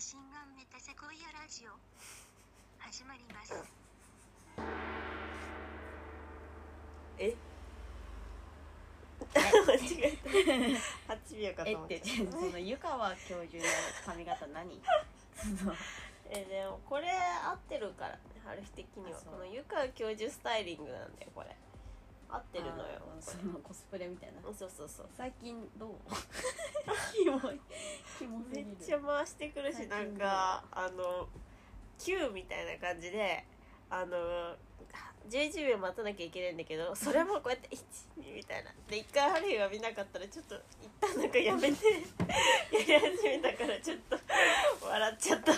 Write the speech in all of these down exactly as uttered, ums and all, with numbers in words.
心眼メタセコイアラジオ始まります。 え間違えたはちびょうかと思っちゃった。 えってその湯川教授の髪型何そのえでもこれ合ってるからね、春日的にはこの湯川教授スタイリングなんだよ。これ合ってるのよ。 そのコスプレみたいな。 そうそうそう。 最近どうキモいキモすぎる。 めっちゃ回してくるし、なんかあのきゅうみたいな感じであのじゅういちびょう待たなきゃいけないんだけど、それもこうやっていち、にみたいなで一回春日が見なかったらちょっと一旦なんかやめてやり始めたからちょっと笑っちゃった。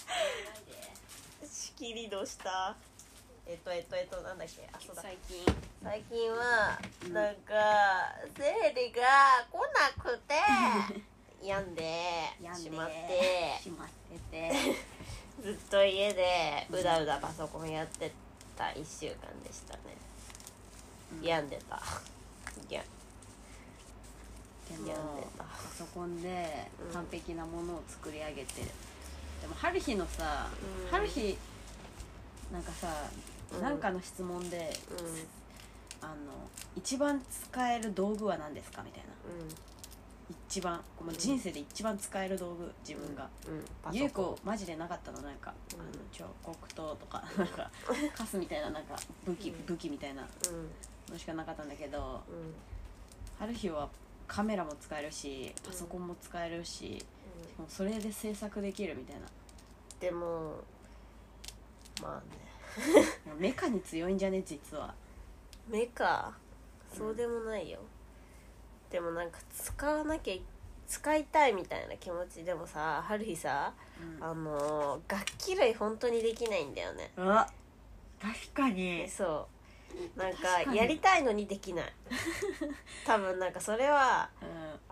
仕切りどうしたえっとえっとえっとなんだっけ、あそうだ最近最近はなんか生理が来なくて病んでしまってしまっててずっと家でうだうだパソコンやってたいっしゅうかんでしたね、うん、病んでたいやでもパソコンで完璧なものを作り上げて、うん、でも春日のさ、うん、春日なんかさ、うん、なんかの質問で、うん、あの一番使える道具は何ですかみたいな、うん、一番この人生で一番使える道具自分が、うん、ゆうこマジでなかったの、なんか、うん、あの彫刻刀とかなんかカスみたいななんか武器、うん、武器みたいなのしかなかったんだけど、うん、春日はカメラも使えるしパソコンも使えるし、うん、しかもそれで制作できるみたいな。 でもまあねメカに強いんじゃね実は。 メカそうでもないよ、うん、でもなんか使わなきゃ使いたいみたいな気持ちでもさ、春日さ、うん、あの楽器類本当にできないんだよね。 あ確かにそうなんかやりたいのにできない多分なんかそれは、うん、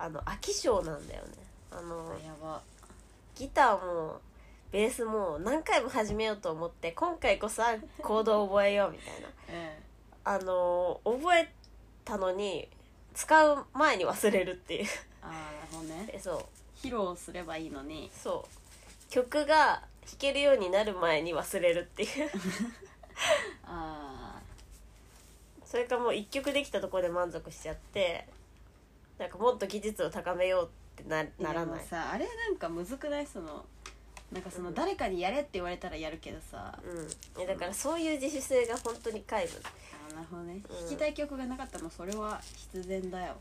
あの飽き性なんだよね。あのやばギターもベースも何回も始めようと思って今回こそはコードを覚えようみたいな、うん、あの覚えたのに使う前に忘れるっていうああなるほどね。 えそう披露すればいいのにそう曲が弾けるようになる前に忘れるっていうあそれかもう一曲できたところで満足しちゃってなんかもっと技術を高めようって な, ならない。 でもさあれなんかむずくない？そのなんかその誰かにやれって言われたらやるけどさ、 うん、だからそういう自主性が本当に皆無。 あなるほどね、うん、弾きたい曲がなかったらもうそれは必然だよ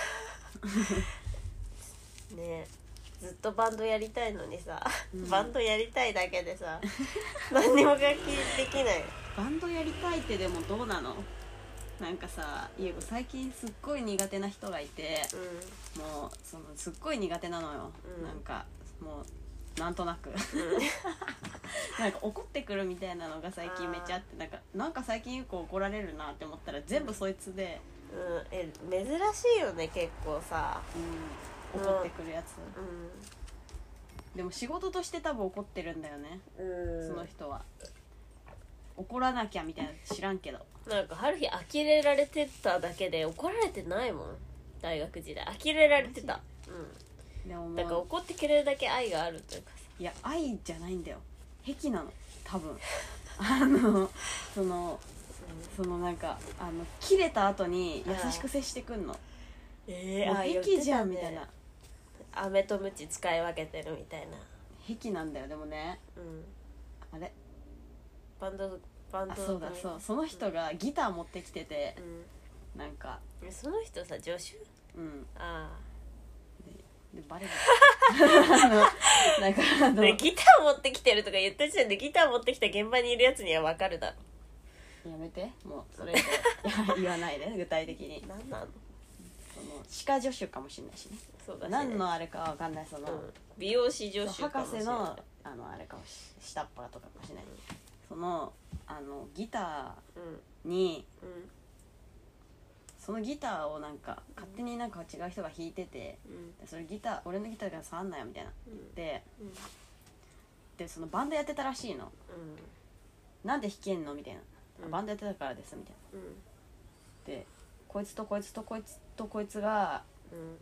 ねえずっとバンドやりたいのにさ、うん、バンドやりたいだけでさ何にも楽器できない。 バンドやりたいってでもどうなの？なんかさゆうこ最近すっごい苦手な人がいて、うん、もうそのすっごい苦手なのよ、うん、なんかもうなんとなく、うん、なんか怒ってくるみたいなのが最近めっちゃあって、なんかなんか最近ゆうこ怒られるなって思ったら全部そいつで、 うんうん、え珍しいよね結構さ、 うん、怒ってくるやつ、うん、でも仕事として多分怒ってるんだよね、うん、その人は怒らなきゃみたいな知らんけどなんか春日呆れられてただけで怒られてないもん。大学時代呆れられてた、うん、でももうだから怒ってくれるだけ愛があるというかさ。 いや愛じゃないんだよ、癖なの多分あのその、うん、そのなんかあの切れた後に優しく接してくんの。えー、もう癖じゃんみたいな。 飴とムチ使い分けてるみたいな癖なんだよ。でもね、うん、あれバンドバンドあそうだそうその人がギター持ってきてて、うん、なんかその人さ助手うんああでバレるあのなんかあの、 ね、ギター持ってきてるとか言った時点でギター持ってきた現場にいるやつには分かるだろ。 やめてもうそれで言わないで具体的に何なのその歯科助手かもしれないしね。そうだしね何のあれかは分かんないその、うん、 美容師助手かもしれない。 博士のあのあれかもし下っ端とかかもしれない、うん、そのあのギターに、うんうん、そのギターをなんか勝手になんか違う人が弾いてて、うん、それギター俺のギターが触んないよみたいな言って、うん、でそのバンドやってたらしいの、うん、なんで弾けんのみたいな、うん、バンドやってたからですみたいな、うん、でこいつとこいつとこいつとこいつが、うん、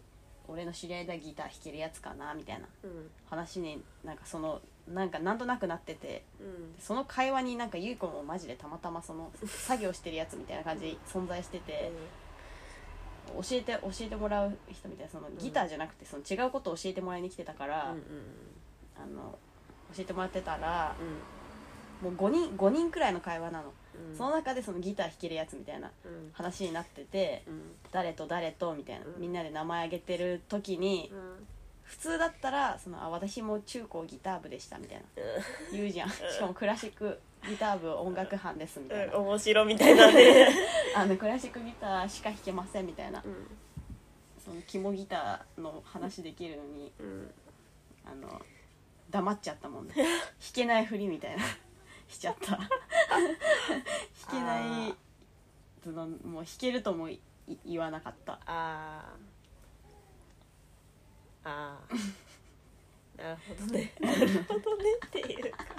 俺の知り合いではギター弾けるやつかなみたいなうん話になんかそのなんかなんとなくなってて、 うんその会話になんかゆい子もマジでたまたまその作業してるやつみたいな感じで存在してて、教えて教えてもらう人みたいな、そのギターじゃなくてその違うことを教えてもらいに来てたから、 うんうんあの教えてもらってたらうんもうごにんごにんくらいの会話なの、 うんその中でそのギター弾けるやつみたいなうん話になってて、 うん誰と誰とみたいな、 うんみんなで名前挙げてる時に、 うん普通だったらそのあ私も中高ギター部でしたみたいな言うじゃん、しかもクラシックギター部音楽班ですみたいな、 うん面白みたいなねあのクラシックギターしか弾けませんみたいな、 うんその肝ギターの話できるのにうんあの黙っちゃったもんね弾けないふりみたいなしちゃった弾けないそのもう弾けるともい言わなかった。 あーあーなるほどねなるほどねっていうか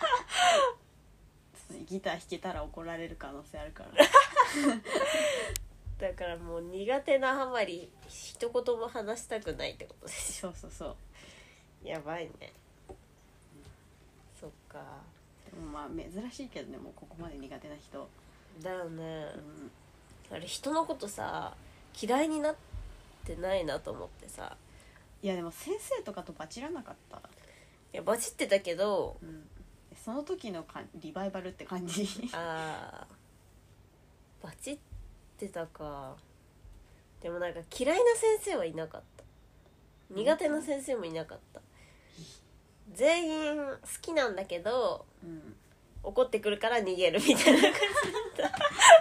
ギター弾けたら怒られる可能性あるからだからもう苦手なハマり一言も話したくないってことでしそうそうそう。 ょ。やばいね、そっか。 でもまあ珍しいけどね、もうここまで苦手な人。 だよね、 うん、 あれ人のことさ嫌いになってないなと思ってさ。 いやでも先生とかとバチらなかった。 いやバチってたけど、 うん、その時のかリバイバルって感じあーバチってたか。でもなんか嫌いな先生はいなかった、苦手な先生もいなかった、全員好きなんだけど、 うん、 怒ってくるから逃げるみたいな感じだったなる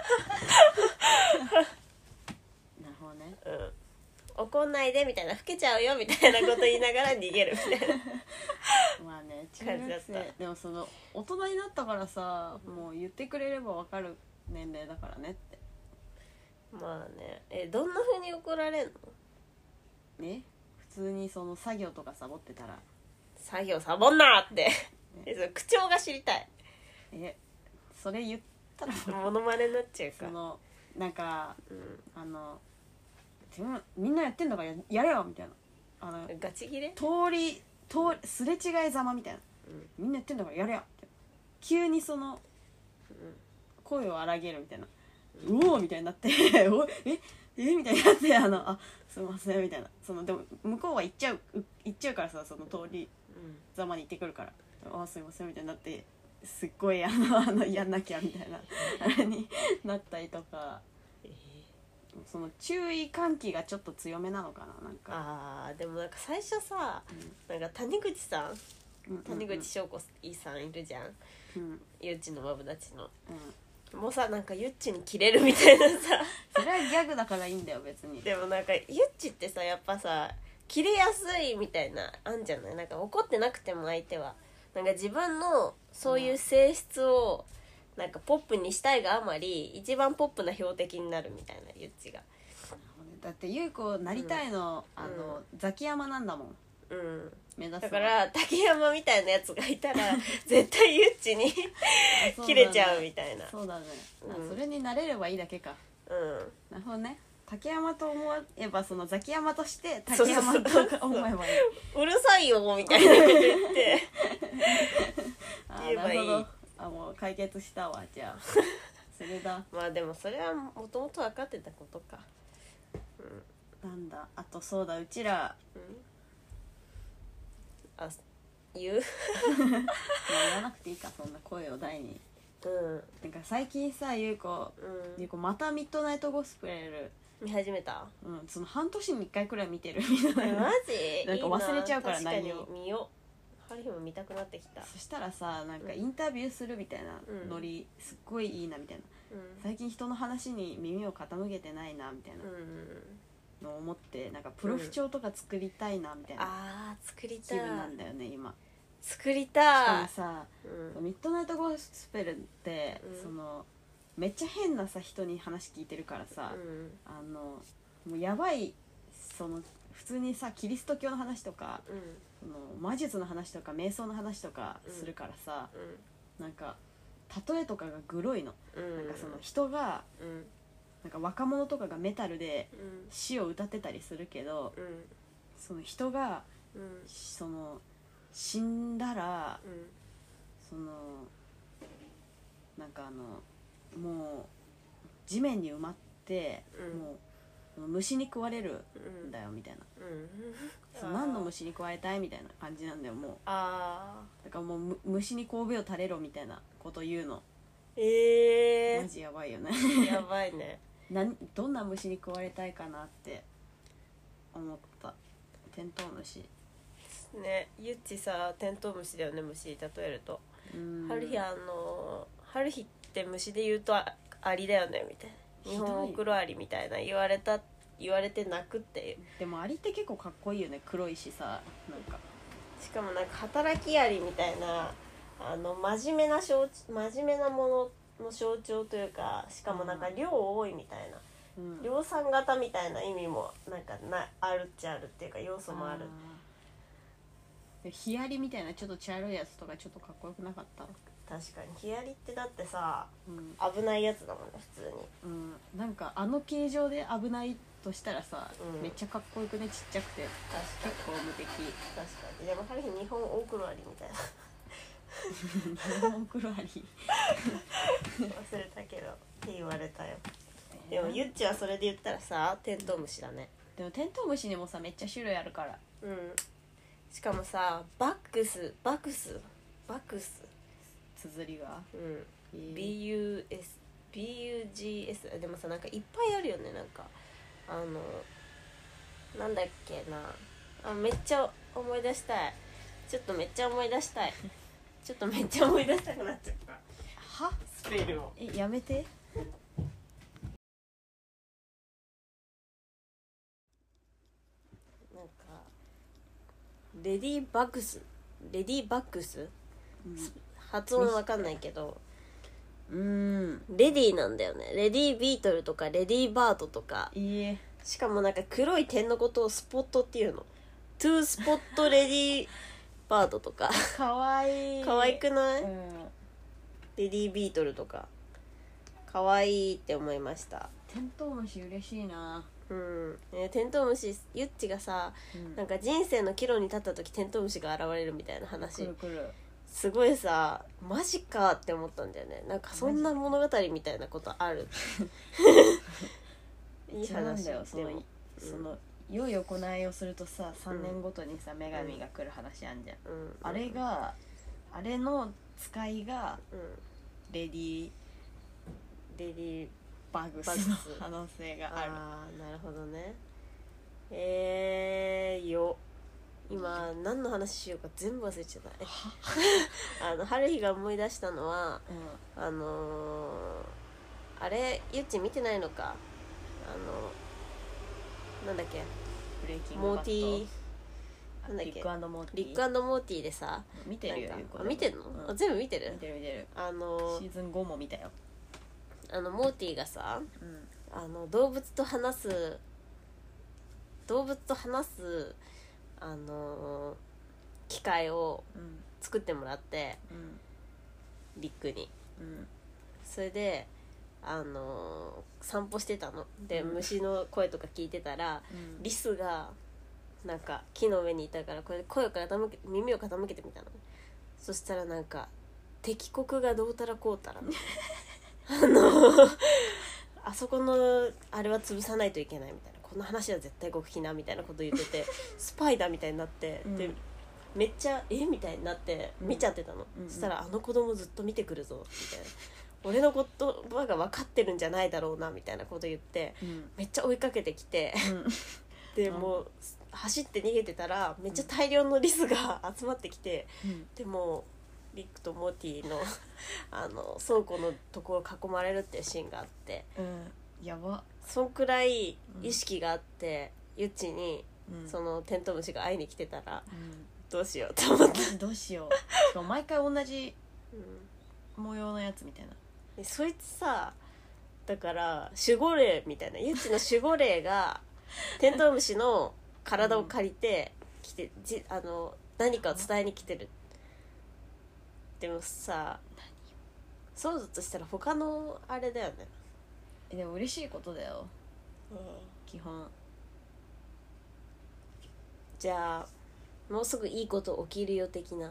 ほどね。 うん怒んないでみたいな、老けちゃうよみたいなこと言いながら逃げるみたいなまあね、中感じだった学生でもその大人になったからさ、もう言ってくれれば分かる年齢だからねって。 まあね、えどんな風に怒られんの？ ね、普通にその作業とかサボってたら、 作業サボんなってえその口調が知りたい。 えそれ言ったらモノマネになっちゃうか。 そのなんかうん、 あの自分みんなやってんだから や, やれよみたいな、あのガチギレ？ 通り通りすれ違いざまみたいな、 うんみんなやってんだからやれよって急にそのうん声を荒げるみたいな、うおーみたいになっておええみたいになって、あのあすいませんみたいな、そのでも向こうは行っちゃう行っちゃうからさ、その通りうんざまに行ってくるから、あすいませんみたいになって、すっごいあのあのやんなきゃみたいなあれになったりとか、 えーその注意喚起がちょっと強めなのかな、なんか。 あーでもなんか最初さ、 うなんか谷口さんん谷口翔子さんいるじゃん、 うんうんゆっちのマブダチの。 うん、 もうさなんかゆっちにキレるみたいなさそれはギャグだからいいんだよ別に。 でもなんかゆっちってさやっぱさキレやすいみたいなあんじゃない？なんか怒ってなくても相手はなんか自分のそういう性質をなんかポップにしたいがあまり一番ポップな標的になるみたいな、ゆっちが。 だって優子なりたいの、うん、あの、うん、ザキヤマなんだもん。 うん目指す。 だから竹山みたいなやつがいたら絶対ゆっちに切れちゃうみたいな。 そうだね、 うん、 それになれればいいだけか。 うんなるほどね。竹山と思えばそのザキヤマとして竹山と思えばいい。 うるさいよみたいなこと言ってあ言えばいい。 なるほど。あもう解決したわじゃあそれだ。 まあでもそれはもともと分かってたことか。 うん、なんだあとそうだうちら、 うん、あ言う言わなくていいかそんな声を大に。 うんなんか最近さゆうこ、 うん、 ゆうこまたミッドナイトゴスペル見始めた？ うん、その半年にいっかいくらい見てるみたいな。 マジ？ なんか忘れちゃうからいいな、 内容確かに見よう。ハリーも見たくなってきた。 そしたらさなんかインタビューするみたいなノリ、うん、すっごいいいなみたいな、 うん、 最近人の話に耳を傾けてないなみたいなのを思って、なんかプロフ帳とか作りたいなみたいな、 うん、あー作りた気い分なんだよね今。 作りたい。 しかもさ、 うん、 ミッドナイトゴスペルって、うん、そのめっちゃ変なさ人に話聞いてるからさ、 うん、 あのもうやばいその普通にさキリスト教の話とか、 うん、 その魔術の話とか瞑想の話とかするからさ、うん、なんか例えとかがグロいの、うん、なんかその人が、うん、なんか若者とかがメタルで死を歌ってたりするけど、 その人がうんその死んだらうんそのなんかあのもう地面に埋まって、 うんもう虫に食われるうんんだよみたいな、 うんそう何の虫に食われたいみたいな感じなんだよ。もうあだからもうむ虫に神戸を垂れろみたいなこと言うの。 ーえマジやばいよねー、やばいね。 なんどんな虫に食われたいかなって思った。テントウムシ。 ね、ゆっちさテントウムシだよね、虫例えると。 うん春日あの春日って虫で言うとあアリだよねみたいな、日ひどい本オクロアリみたいな言われた言われて泣くっていう。 でもアリって結構かっこいいよね。黒いしさ、なんかしかもなんか働きアリみたいな、あの真面目な象真面目なものの象徴というか、しかもなんか量多いみたいな、 うん量産型みたいな意味もなんかなあるっちゃあるっていうか、要素もある。 あーヒアリみたいなちょっと茶色いやつとかちょっとかっこよくなかった？ 確かにヒアリってだってさうん、 危ないやつだもんね普通に。 うん、なんかあの形状で危ないとしたらさ、 うんめっちゃかっこよくね、ちっちゃくて確かに結構無敵。 確かに。でも春日日本オクロアリみたいな日本黒アリ忘れたけどって言われたよ。でもゆっちはそれで言ったらさテントウムシだね。 でもテントウムシにもさめっちゃ種類あるから。 うんしかもさバックスバクスバクス綴りが、 うんえービーユーエス ビーユージーエス でもさなんかいっぱいあるよね。なんかあのなんだっけなあ、めっちゃ思い出したい。ちょっとめっちゃ思い出したいちょっとめっちゃ思い出したくなっちゃったはスペルを。 えやめて。 なんかレディーバックスレディーバックス発音わかんないけどうんレディーなんだよね。レディービートルとかレディーバードとか、 いいえ。 しかもなんか黒い点のことをスポットっていうの。トゥースポットレディーバードとかかわいい。 可愛くない、 うん、 レディービートルとか可愛いって思いました。 テントウムシ嬉しいな。 うんね、テントウムシゆっちがさ、 うんなんか人生の岐路に立った時テントウムシが現れるみたいなく話るくる。 すごいさマジかって思ったんだよね。なんかそんな物語みたいなことあるいいなん話だよその、 でもその良い行いをするとささんねんごとにさ、女神が来る話あんじゃん、 うんあれがあれの使いがうんレディレディーバグスバグスの可能性がある。 あーなるほどね。えーよ今何の話しようか全部忘れちゃったあの春日が思い出したのはうあのー、あれゆっち見てないのか、あのなんだっけん、ブレイキングバッドモーティーなんだっけリック&モーティーリック&モーティーでさ見てるよなんかゆうこあ見てんの、 うんあ全部見てる見てる見てる。 あのシーズンごも見たよ。 あのモーティーがさうんあの動物と話す動物と話すあの機械をうん作ってもらってうんリックにうんそれであの散歩してたので、 うん虫の声とか聞いてたらうんリスがなんか木の上にいたからこれで声を傾け耳を傾けてみたの。そしたらなんか敵国がどうたらこうたらあのあそこのあれは潰さないといけないみたいな、この話は絶対極秘なみたいなこと言っててスパイだみたいになって、 うんでめっちゃえみたいになって見ちゃってたの、 うんそしたらあの子供ずっと見てくるぞみたいな、俺の言葉が分かってるんじゃないだろうなみたいなこと言ってうんめっちゃ追いかけてきてでうんもう走って逃げてたらめっちゃ大量のリスが集まってきて、 うんでもリックとモーティーのあの倉庫のところ囲まれるっていうシーンがあって、 うんやば。 そんくらい意識があって、うん、ゆっちにうんそのテントウムシが会いに来てたらうんどうしようと思って、 マジどうしよう。しかも毎回同じうん、 模様のやつみたいな。 でそいつさだから守護霊みたいな、ゆっちの守護霊がテントウムシの体を借りて来て、じあの何かを伝えに来てる。でもさそうだとしたら他のあれだよね、 えでも嬉しいことだよ基本。 じゃあもうすぐいいこと起きるよ的な、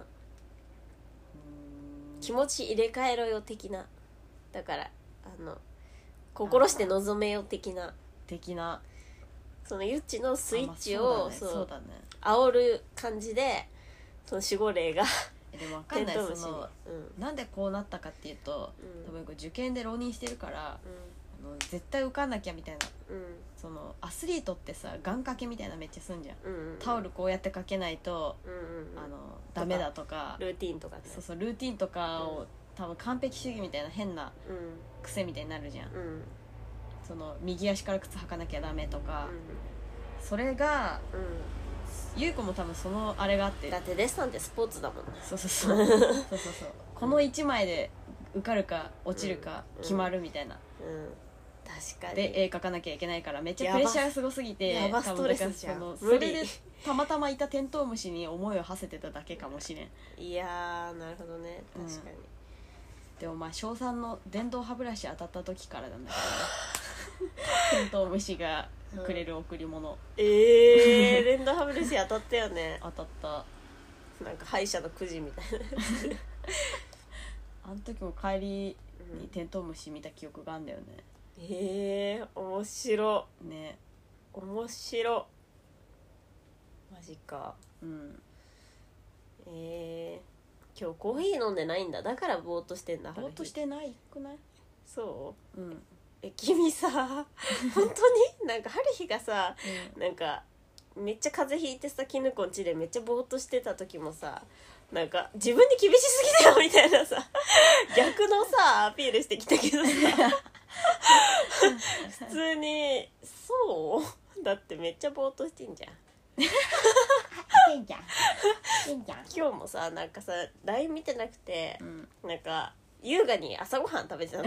気持ち入れ替えろよ的な、だからあの心して望めよ的な的な、 そのゆっちのスイッチあを、 まあそうだね、そうだね、 煽る感じでその守護霊がえでも分かんない、 テントウムシにその、 うんなんでこうなったかっていうと、 うん多分これ受験で浪人してるから、あの絶対受かんなきゃみたいな、 うんそのアスリートってさ願掛けみたいなめっちゃすんじゃん、 うんうんうん、 タオルこうやってかけないと、 うんうんうん、 あのダメだとか、 ルーティンとかね、 そうそうルーティンとかを、 うん多分完璧主義みたいな変なう癖みたいになるじゃん、 んうんその右足から靴履かなきゃダメとか、 うそれがんうん優子も多分そのあれがあってだってデッサンってスポーツだもんね。 そうそうそうそうそうそうこのいちまいで受かるか落ちるか決まるみたいな、 うん確かにで絵描かなきゃいけないからめっちゃプレッシャーがすごすぎてやばストレスじゃん多分だからそ無理のそれでたまたまいたテントウムシに思いを馳せてただけかもしれん。 いやーなるほどね、確かに、 でもまあ小さんの電動歯ブラシ当たった時からなんだけどテントウムシがくれる贈り物、 えー、電動歯ブラシ当たったよね。 当たったなんか歯医者のくじみたいなあの時も帰りにテントウムシ見た記憶があんだよね。 えー、面白ね、 面白マジか。 うんえー、今日コーヒー飲んでないんだ、だからぼーっとしてんだ。 ぼーっとしてないくない？ そううん、うん、 え君さ本当になんか春日がさなんかめっちゃ風邪ひいてさ絹子ん家でめっちゃぼーっとしてた時もさなんか自分に厳しすぎだよみたいなさ逆のさアピールしてきたけどさ普通にそうだってめっちゃぼーっとしてんじゃんいいんじゃんいいんじゃん、 今日もさなんかさ ライン 見てなくてうんうん、 なんか優雅に朝ごはん食べてたの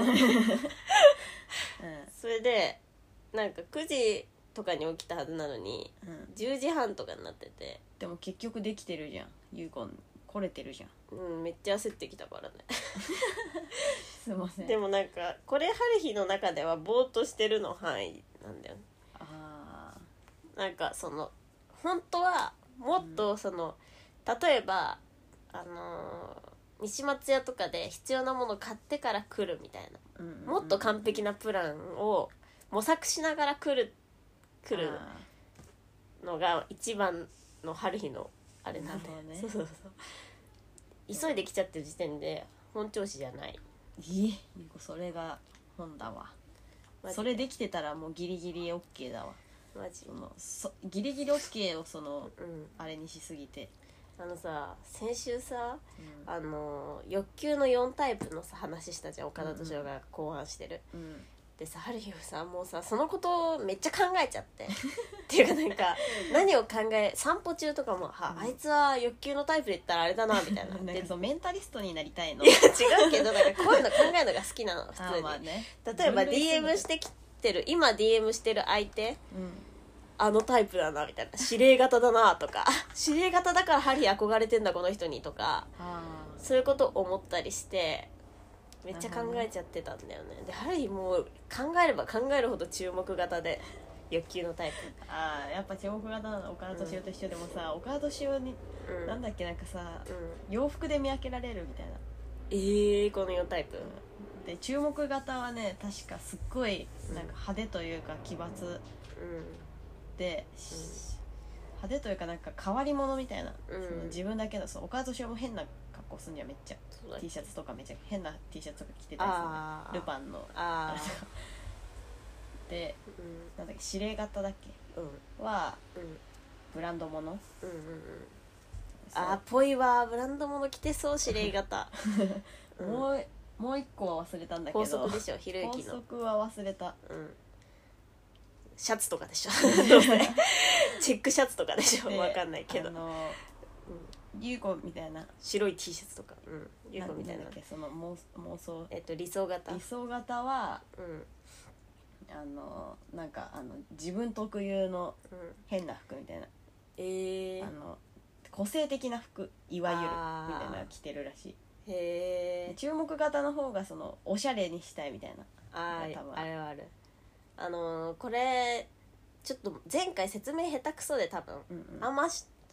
それでなんかくじとかに起きたはずなのにうん、 じゅうじはんとかになってて、 でも結局できてるじゃん、ゆうこん来れてるじゃん。 うん、めっちゃ焦ってきたからねすいません。 でもなんかこれ春日の中ではぼーっとしてるの範囲なんだよね。 あなんかその本当はもっとその、うん、例えばあのー、西松屋とかで必要なもの買ってから来るみたいな、 うんうんうん、 もっと完璧なプランを模索しながら来る来るのが一番の春日のあれなんだよね。そうそうそう急いで来ちゃってる時点で本調子じゃない。 いえ、ゆうこそれが本だわ。それできてたらもうギリギリ OK だわ。 マジそのそギリギリ OK をその、 うん、 あれにしすぎて、 あのさ先週さ、 うん、 あの欲求のよんタイプのさ話したじゃん、岡田斗司夫が考案してる、 うん、 でさ春日はさもうさそのことめっちゃ考えちゃってっていうかなんか何を考え散歩中とかもは、 うん、 あいつは欲求のタイプで言ったらあれだなみたいななんかそうメンタリストになりたいの。 いや違うけどなんかこういうの考えるのが好きなの普通に、 まあね、 例えば ディーエム してきてる今 ディーエム してる相手、 うんあのタイプだなみたいな、指令型だなとか指令型だからハリー憧れてんだこの人にとか、 あそういうこと思ったりしてめっちゃ考えちゃってたんだよね。でハリーもう考えれば考えるほど注目型で欲求のタイプ。 あーやっぱ注目型なの。岡田斗司夫と一緒でもさ、うん、岡田斗司夫に、うん、なんだっけなんかさ、うん、洋服で見分けられるみたいな。 えー、このよんタイプ、 うん、で注目型はね確かすっごいなんか派手というか奇抜、うんで、うん、派手というかなんか変わり者みたいな、うん、その自分だけのそう岡田斗司夫も変な格好すんじゃんめっちゃ T シャツとかめっちゃ変な T シャツとか着てたりするルパンのあれとかで、うん、なんだっけ指令型だっけ、うん、は、うん、ブランド物、うんうんうん、 あーぽいわブランド物着てそう指令型、 うん、もうもう一個は忘れたんだけど高速でしょひろゆきの高速は忘れた、 うんシャツとかでしょどうせチェックシャツとかでしょ分かんないけど、あのーうん、ゆうこみたいな白い T シャツとか、うん、ゆうこみたいななんだっけその妄想、 えっと、理想型理想型は、 うん、 あのなんかあの自分特有の変な服みたいな、うん、 えー、 あの個性的な服いわゆるみたいなの着てるらしい。 へ注目型の方がそのおしゃれにしたいみたいな。 ああれはある。あのー、これちょっと前回説明下手くそで多分、うんうん、あんまし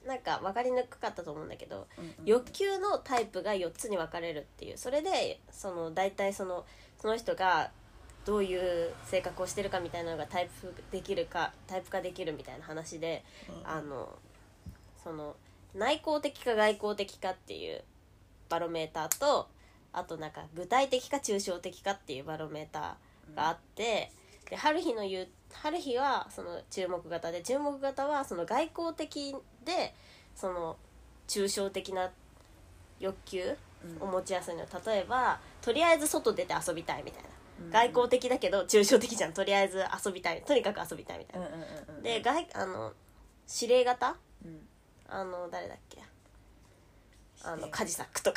なんか分かりにくかったと思うんだけど、 うんうん、 欲求のタイプがよっつに分かれるっていう、それでその大体そのその人がどういう性格をしてるかみたいなのがタイプできるかタイプ化できるみたいな話で、 うん、 あのその内向的か外向的かっていうバロメーターと、あとなんか具体的か抽象的かっていうバロメーターがあって、うん、で春日の言う春日はその注目型で、注目型はその外向的でその抽象的な欲求を持ちやすいの、例えばとりあえず外出て遊びたいみたいな、うんうん、外向的だけど抽象的じゃん、とりあえず遊びたい、とにかく遊びたいみたいな、うんうんうん、で外あの指令型、うん、あの誰だっけ、あのカジサックとか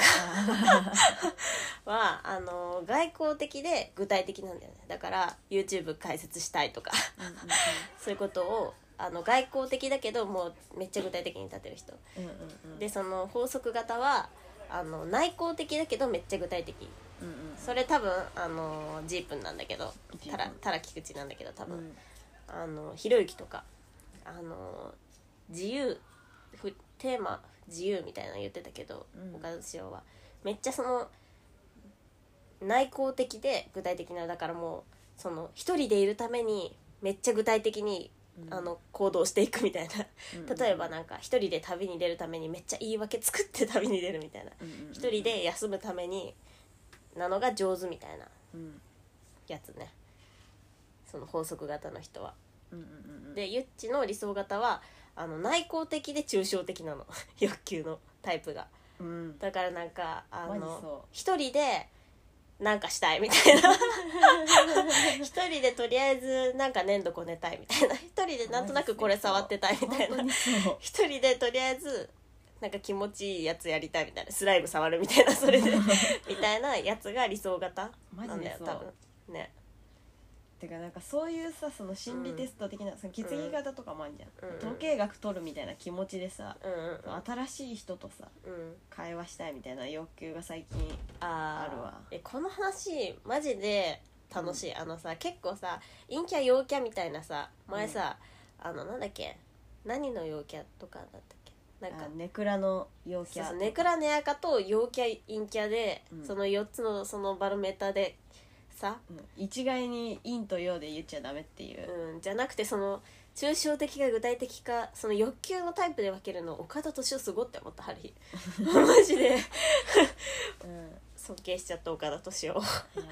はあの外交的で具体的なんだよね。だから YouTube 開設したいとかうんうん、うん、そういうことをあの外交的だけどもうめっちゃ具体的に立てる人、うんうんうん、でその法則型はあの内向的だけどめっちゃ具体的、うんうんうん、それ多分あのジープンなんだけど、たらたら菊池なんだけど多分、うん、あのひろゆきとかあの自由テーマ自由みたいなの言ってたけど、うん、岡田斗司夫はめっちゃその内向的で具体的な、だからもうその一人でいるためにめっちゃ具体的に、うん、あの行動していくみたいな、うん、例えばなんか一人で旅に出るためにめっちゃ言い訳作って旅に出るみたいな、うん、一人で休むためになのが上手みたいなやつね、その法則型の人は、うんうんうん、でゆっちの理想型はあの内向的で抽象的なの欲求のタイプが、うん、だからなんかあの一人でなんかしたいみたいな一人でとりあえずなんか粘土こねたいみたいな、一人でなんとなくこれ触ってたいみたいな、一人でとりあえずなんか気持ちいいやつやりたいみたいな、スライム触るみたいな、それでみたいなやつが理想型なんだよ多分ね。 てかなんかそういうさ、その心理テスト的な、うん、その血液型とかもあるじゃん、うん、統計学取るみたいな気持ちでさ、うんうん、新しい人とさ、うん、会話したいみたいな欲求が最近あるわ。 えこの話マジで楽しい、うん、あのさ結構さ陰キャ陽キャみたいなさ前さ、うん、あのなんだっけ何の陽キャとかだったっけ、なんかネクラの陽キャ、 そうそうネクラネアカと陽キャ陰キャで、うん、そのよっつのそのバロメーターでさ、 うん、一概に陰と陽で言っちゃダメっていう、 うん、じゃなくてその抽象的か具体的かその欲求のタイプで分けるの岡田斗司夫すごって思った。ハリーマジで、うん、尊敬しちゃった岡田斗司夫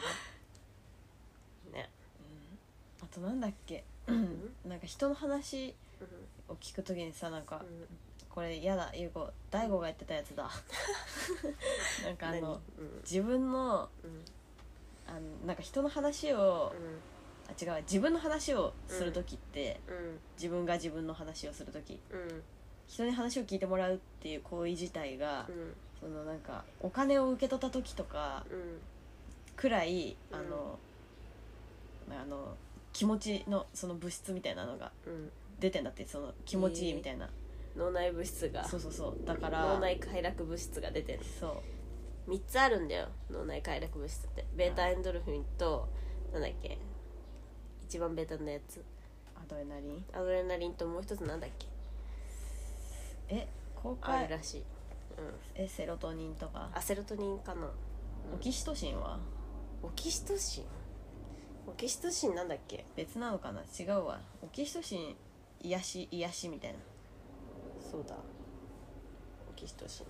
ね、 うん、あとなんだっけ、うん、なんか人の話を聞くときにさ、なんか、うん、これやだゆうこ大悟が言ってたやつだなんかあの、うん、自分の、うんあのなんか人の話を、うん、あ違う自分の話をするときって、うん、自分が自分の話をするとき、うん、人に話を聞いてもらうっていう行為自体が、うん、そのなんかお金を受け取ったときとか、うん、くらいあの、うん、あの気持ちのその物質みたいなのが出てんだって、その気持ちいいみたいな、 えー、脳内物質がそうそうそうだから脳内快楽物質が出てる。 そうみっつあるんだよ脳内快楽物質って。ベータエンドルフィンとなんだっけ一番ベータのやつアドレナリンアドレナリンともう一つなんだっけえ公開あるらしい、うん、 えセロトニンとかあセロトニンかな、うん、 オキシトシンはオキシトシンオキシトシンなんだっけ別なのかな違うわ。オキシトシン癒し癒しみたいな。 そうだオキシトシン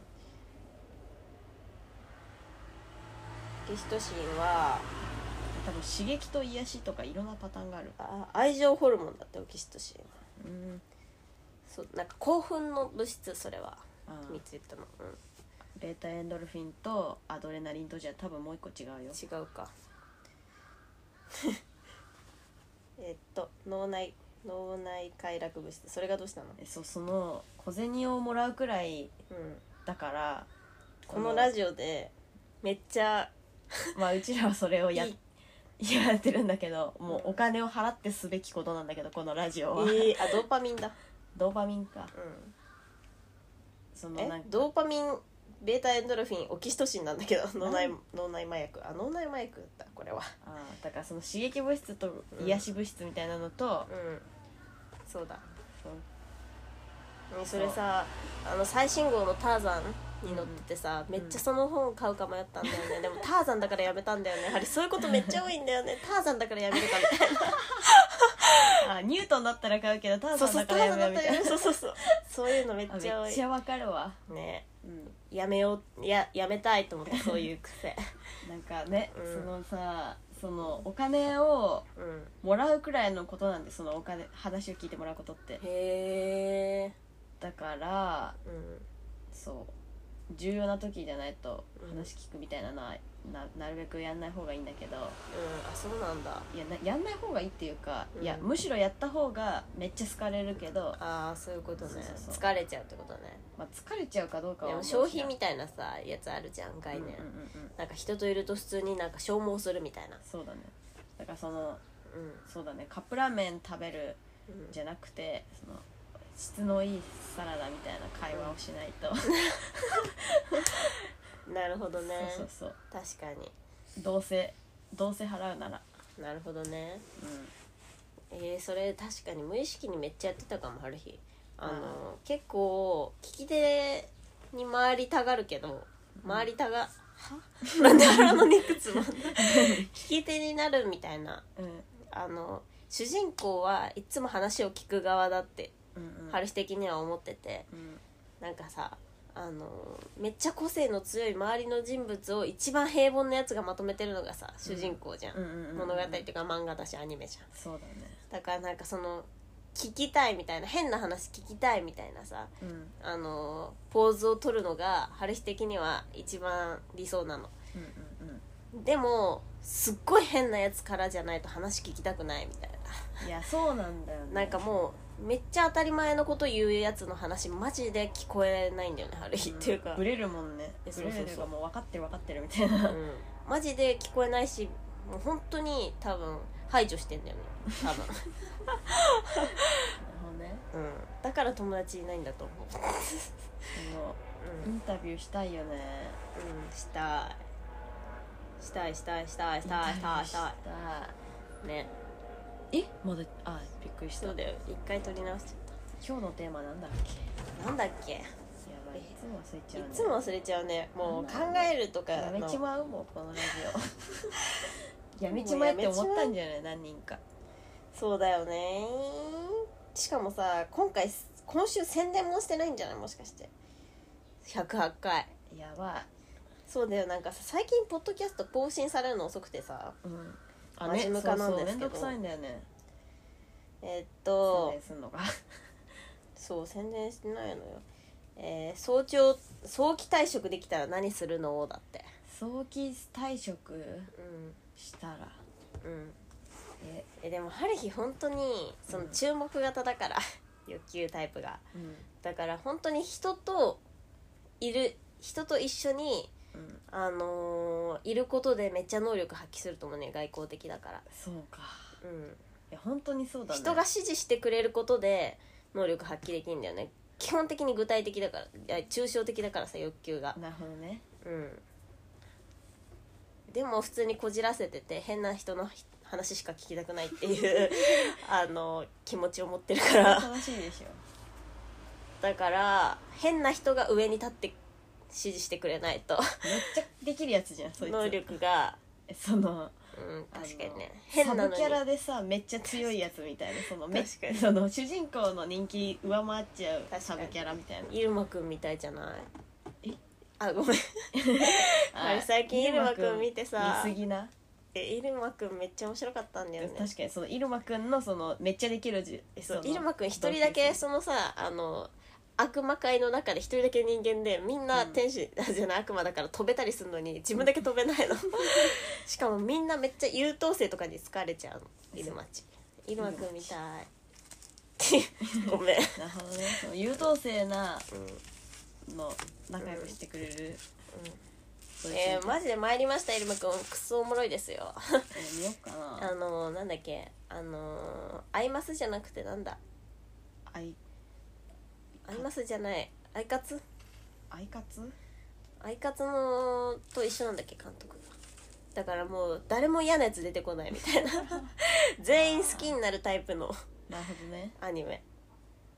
オキシトシンは多分刺激と癒しとかいろんなパターンがある。 あ愛情ホルモンだってオキシトシンは。うんそうなんか興奮の物質、それはみっつ言ったの、うん、 ベータエンドルフィンとアドレナリンとじゃ多分もう一個違うよ。 違うかえっと脳内脳内快楽物質、それがどうしたの？ えそうその小銭をもらうくらい、うん、だからこのラジオでめっちゃまあうちらはそれをややってるんだけど、もうお金を払ってすべきことなんだけどこのラジオは、 えー、あドーパミンだドーパミンか、うん、 そのなんかドーパミンベータエンドルフィンオキシトシンなんだけど脳内脳内麻薬あ脳内麻薬だったこれは。 あだからその刺激物質と癒し物質みたいなのと、 うん、うん、そうだそうそれさあの最新号のターザンに載っててさ、うん、めっちゃその本買うか迷ったんだよね、うん、でもターザンだからやめたんだよね。やはりそういうことめっちゃ多いんだよね。ターザンだからやめるかみたいなあニュートンだったら買うけどターザンだからやめるみたいな。 そうそうそうそういうのめっちゃ多い。 めっちゃわかるわね、うん、やめようややめたいと思ってそういう癖なんかね、 うん、 そのさそのお金をもらうくらいのことなんで、そのお金話を聞いてもらうことって。 へえ。 だから、 うん、 そう重要な時じゃないと話聞くみたいなのは、うん、な, なるべくやんない方がいいんだけど、うん、 あそうなんだ。 いやなやんない方がいいっていうか、 うん、 いやむしろやった方がめっちゃ好かれるけど、 ああそういうことね。そうそうそう、疲れちゃうってことね。 まあ、疲れちゃうかどうかはでも消費みたいなさやつあるじゃん概念、うんうんうんうん、なんか人といると普通になんか消耗するみたいな。 そうだね。だからその、うん、そうだねカップラーメン食べるじゃなくて、うん、その質のいいサラダみたいな会話をしないと、 うん、なるほどね。 そうそうそう確かに。 どうせどうせ払うなら。 なるほどね、うん、えー、それ確かに無意識にめっちゃやってたかも。ある日あの結構聞き手に回りたがるけど回りたが、うん、はなんで腹の肉つまんだ聞き手になるみたいな、うん、あの主人公はいつも話を聞く側だって春日的には思ってて、うん、なんかさあのめっちゃ個性の強い周りの人物を一番平凡なやつがまとめてるのがさ主人公じゃん、うん、物語っていうか漫画だしアニメじゃん。 そうだね。 だからなんかその聞きたいみたいな変な話聞きたいみたいなさ、うん、あのポーズを取るのが春日的には一番理想なの、うんうんうん、でもすっごい変なやつからじゃないと話聞きたくないみたいな。 いやそうなんだよね。 なんかもうめっちゃ当たり前のこと言うやつの話マジで聞こえないんだよね春日、うん、っていうかブレるもんね。ブレるがもう分かってる分かってるみたいな、うん、 マジで聞こえないしもう本当に多分排除してんだよね多分なるほどね、 うん、だから友達いないんだと思うその、 うん、インタビューしたいよね。 うんしたいしたいしたいしたいしたいしたいしたいね。 えまだあびっくりした。 そうだよ一回撮り直しちゃった。 今日のテーマなんだっけなんだっけ。やばいいつも忘れちゃうね。 いつも忘れちゃうね。もう考えるとかやめちまうもんこのラジオやめちまえって思ったんじゃない何人か。 そうだよね。しかもさ今回今週宣伝もしてないんじゃないもしかしてひゃくはちかい。 やばい。 そうだよ。なんかさ最近ポッドキャスト更新されるの遅くてさ、うん、 あね、真面目かなんですけど、そうそうめんどくさいんだよね。 えー、っと宣伝すんのかそう宣伝してないのよ。えー、早朝早期退職できたら何するのだって。 早期退職、うん、したらうんええでも春日本当にその注目型だから、うん、欲求タイプが、うん、だから本当に人といる人と一緒に、うん、あのー、いることでめっちゃ能力発揮すると思うね。外交的だから。 そうか。 うん。いや本当にそうだね。 人が指示してくれることで能力発揮できるんだよね。基本的に具体的だから、いや抽象的だからさ欲求が。 なるほどね。 うん。でも普通にこじらせてて変な人の話しか聞きたくないっていうあの気持ちを持ってるから。 楽しいでしょ。 だから変な人が上に立って指示してくれないとめっちゃできるやつじゃんそいつ。 能力がその、 うん、確かにね変なのにサブキャラでさめっちゃ強いやつみたいなそのめ確かにその主人公の人気上回っちゃうサブキャラみたいな。 入間くんみたいじゃない。 えあごめんあれ最近入間くん見てさ見すぎな。 え入間くんめっちゃ面白かったんだよね。 確かにその入間くんのそのめっちゃできるじそう入間くん一人だけそのさあの悪魔界の中で一人だけ人間でみんな天使、うん、じゃない悪魔だから飛べたりするのに自分だけ飛べないのしかもみんなめっちゃ優等生とかに好かれちゃうの入間ち入間くんみたいごめんなるほどね。その優等生なの仲良くしてくれる、うんうんえー、マジで参りました入間くんクソおもろいですよえー、見よっかな。 あのなんだっけあのアイマスじゃなくてなんだアイアイマスじゃないアイカツアイカツアイカツのと一緒なんだっけ監督が。だからもう誰も嫌なやつ出てこないみたいな全員好きになるタイプのなるほどねアニメ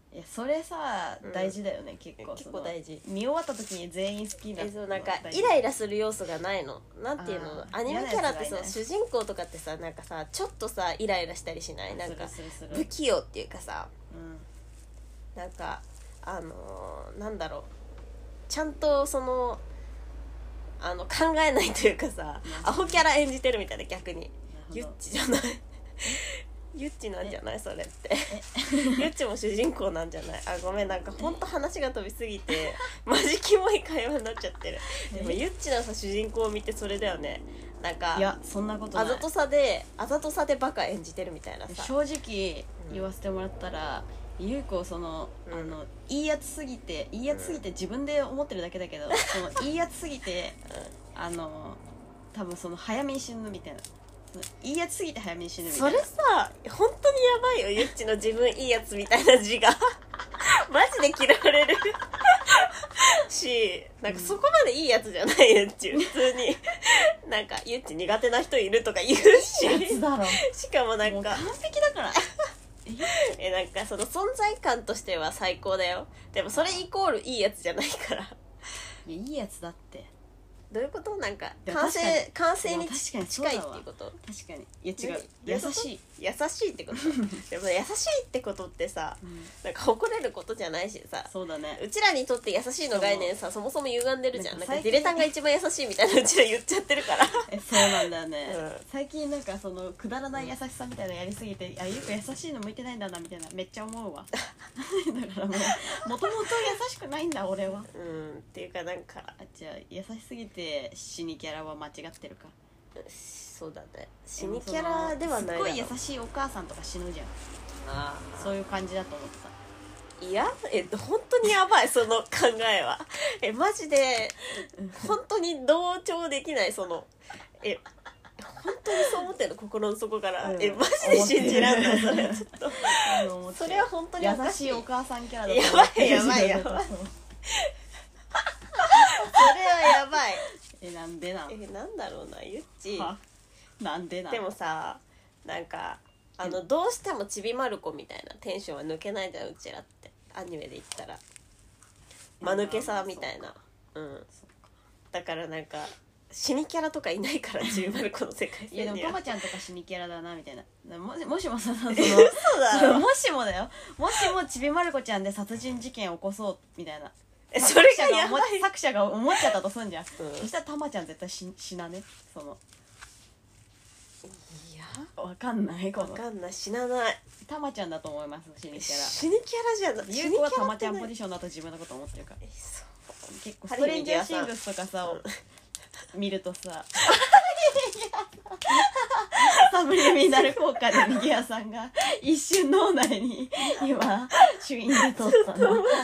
いやそれさ、 うん大事だよね結構。 結構大事。 見終わった時に全員好きなえそうなんか大事イライラする要素がないの。なんていうの、 あーアニメキャラって嫌なやつがいないさ主人公とかってさなんかさちょっとさイライラしたりしない？なんかするするする不器用っていうかさ、 うんなんかあのー、なんだろう、ちゃんとそのあの考えないというかさ、アホキャラ演じてるみたいな。逆にゆっちじゃないゆっちなんじゃないそれってゆっちも主人公なんじゃない？あごめん、なんかほんと話が飛びすぎてマジキモい会話になっちゃってる。でもゆっちのさ主人公を見てそれだよね。なんかいやそんなことない。 あざとさであざとさでバカ演じてるみたいなさ。 正直言わせてもらったら、ゆうこその、 うんあのいいやつすぎていいやつすぎて自分で思ってるだけだけど、そのいいやつすぎてあの多分その早めに死ぬみたいな、そのいいやつすぎて早めに死ぬみたいな。 それさ本当にやばいよ。ゆっちの自分いいやつみたいな字がマジで嫌われるし、なんかそこまでいいやつじゃないゆっち。普通になんかゆっち苦手な人いるとか言うし、 いいやつだろしかもなんかもう完璧だからえなんかその存在感としては最高だよ。でもそれイコールいいやつじゃないから。 いやいいやつだって。 どういうこと？なんかでも完成確かに完成にでも確かにそう近いだわっていうこと？ 確かに。いや違う、 どう優いうことしい、 優しいってことでも優しいってことってさ、 うんなんか誇れることじゃないしさ、 そうだね。 うちらにとって優しいの概念さそもそも歪んでるじゃん。なんんかなか最近ディレタンが一番優しいみたいなうちら言っちゃってるからえそうなんだよね、 うん最近なんかそのくだらない優しさみたいなのやりすぎて、あゆうこ優しいの向いてないんだなみたいなめっちゃ思うわだからもうもともと優しくないんだ俺は。 うんっていうかなんかあじゃあ優しすぎて死にキャラは間違ってるか。 そうだね、死にキャラではないだろう。 すっごい優しいお母さんとか死ぬじゃん。 あそういう感じだと思ってた。 いやえっと本当にやばいその考えはえマジで本当に同調できない。そのえ本当にそう思ってるの心の底から、 うんえマジで信じらんないそれちょっと思ってそれは本当におか優しい。 しいお母さんキャラだと思ってる。 やばいやばいやばいそうそれはやばい。 えなんでなんえなんだろうなゆっち。 はなんでなんでもさなんかあのどうしてもちびまる子みたいなテンションは抜けないじゃんうちらってアニメで言ったら間抜けさみたいな。うんだからなんか死にキャラとかいないからちびまる子の世界いやで線には。 もたまちゃんとか死にキャラだなみたいな。もしもしもさその嘘だろ。 もしもだよ、もしもちびまる子ちゃんで殺人事件を起こそうみたいな、 えそれが作者が思やばい。 作者が思っちゃったとすんじゃん、 うんそしたらたまちゃん絶対死死なね。そのいやわかんないこのわかんない死なない。 たまちゃんだと思います死にキャラ。 死にキャラじゃない。 ゆうこはたまちゃん死にキャラってないポジションだと自分のこと思ってるから。 えそう結構ストレンジャーシングスとかさ見るとさサブリミナル効果で右屋さんが一瞬脳内に今シュインで撮ったの。なんで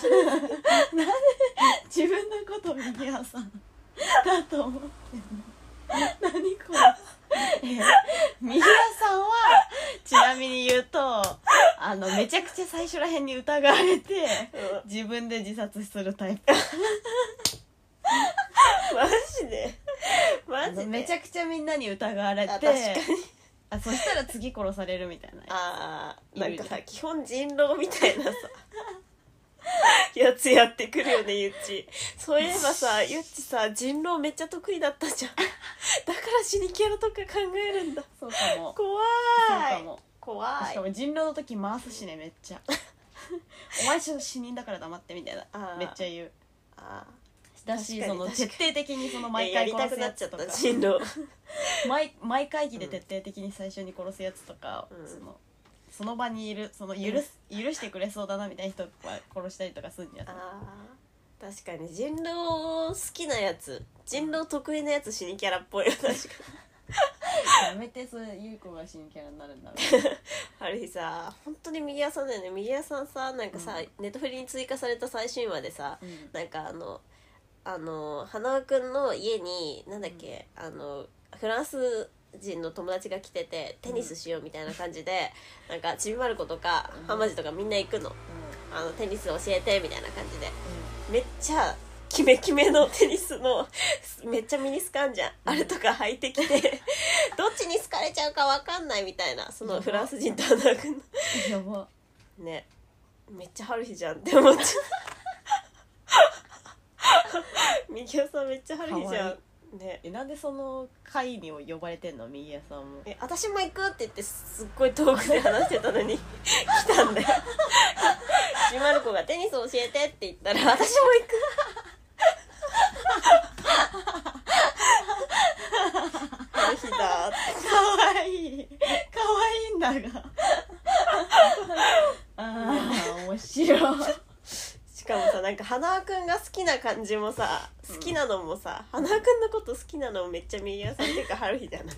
自分のこと右屋さんだと思ってんの。何これ。え右屋さんはちなみに言うとあのめちゃくちゃ最初らへんに疑われてうん自分で自殺するタイプ。 マジでマあジでのめちゃくちゃみんなに疑われてあ確かにあそしたら次殺されるみたいな。 あーなんかいるじゃんさ基本人狼みたいなさやつやってくるよねゆっち。そういえばさゆっちさ人狼めっちゃ得意だったじゃん。だから死にキャラとか考えるんだ。 そうかも。 怖いそうかも。 怖い。 しかも人狼の時回すしねめっちゃお前ちょっと死人だから黙ってみたいなあーめっちゃ言うあだし確かにその確かに徹底的にそのー毎やりた回殺すくなっちゃったやつとか人狼。 毎毎会議で徹底的に最初に殺すやつとか、 うんそのその場にいるその許す許してくれそうだなみたいな人は殺したりとかするんじゃん。 あー確かに人狼好きなやつ人狼得意なやつ死にキャラっぽいよ確かに。 やめてそれ優子が死にキャラになるんだろある日さ本当に右屋さんだよね。右屋さんさなんかさ、 うんネットフリに追加された最新話でさ、 う、うんなんかあのあの花輪くんの家になんだっけ、あのフランス人の友達が来ててテニスしようみたいな感じで、なんかちびまる子とかうん浜地とかみんな行くの、あのテニス教えてみたいな感じでうめっちゃキメキメのテニスのめっちゃミニスカんじゃん、あれとか履いてきてどっちに好かれちゃうか分かんないみたいな、そのフランス人と花輪くんのんやばねめっちゃ春日じゃんって思っちゃうみぎやさんめっちゃ春日じゃんね。 えなんでその会に呼ばれてんのみぎやさんも。 え私も行くって言ってすっごい遠くで話してたのに来たんだよちまる子がテニス教えてって言ったら私も行く春日だってかわいいかわいいんだがあー面白い。 しかもさなんか花輪くんが好きな感じもさ好きなのもさ、うん、花輪くんのこと好きなのもめっちゃみぎやさんっていうか春日じゃない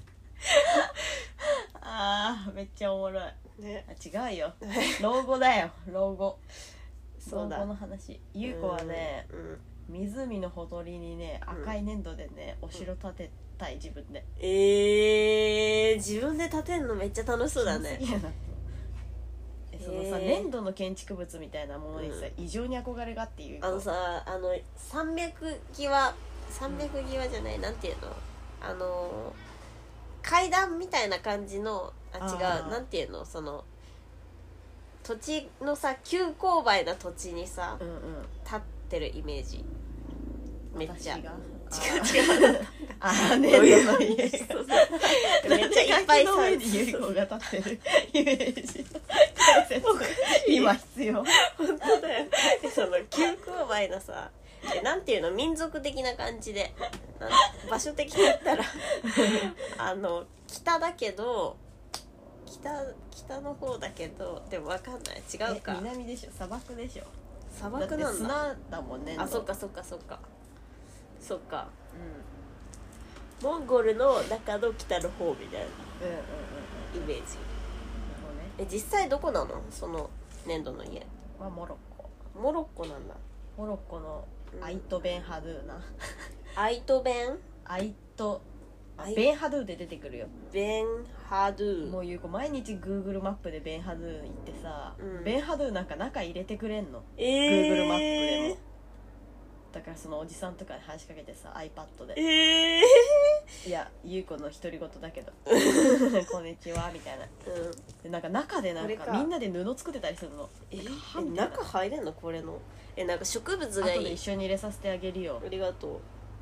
あーめっちゃおもろい、 ね、 あ違うよ老後だよ老後そうだ老後の話。ゆうこはね、 うん、 湖のほとりにね赤い粘土でね、うん、お城建てたい自分で。 えー、自分で建てんのめっちゃ楽しそうだね。 そのさ、粘土の建築物みたいなものにさ、うん、異常に憧れがあっていうあのさあの山脈際山脈際じゃない、うん、なんていうのあの階段みたいな感じのあ違うなんていうのその土地のさ急勾配な土地にさ、うんうん、立ってるイメージめっちゃ違う違うああ粘土の家がそうそうめっちゃいっぱいさ上にゆうこが立ってるイメージ今必要本当だよその急勾配のさえなんていうの民族的な感じでなん場所的に言ったらあの北だけど北北の方だけどでも分かんない違うか南でしょ砂漠でしょ砂漠なんだだって砂だもんね。 あそっかそっかそっかそっか、うん、モンゴルの中の北の方みたいなイメージ、うんうんうんうん、ね、え実際どこなのその粘土の家はモロッコ。 モロッコなんだ。 モロッコのアイトベンハドゥーナ、うん、 アイトベンアイトベンハドゥーで出てくるよ。 ベンハドゥーもういう子毎日 Google マップでベンハドゥー行ってさ、うん、ベンハドゥーなんか中入れてくれんの、えー、Google マップでも。だからそのおじさんとかに話しかけてさ iPad で、えー、いやゆう子の独り言だけどこんにちはみたいな、うん、でなんか中でなんかみんなで布作ってたりするの。 えー、中入れんのこれのえなんか植物がいい。 後で一緒に入れさせてあげるよ。 ありがとう。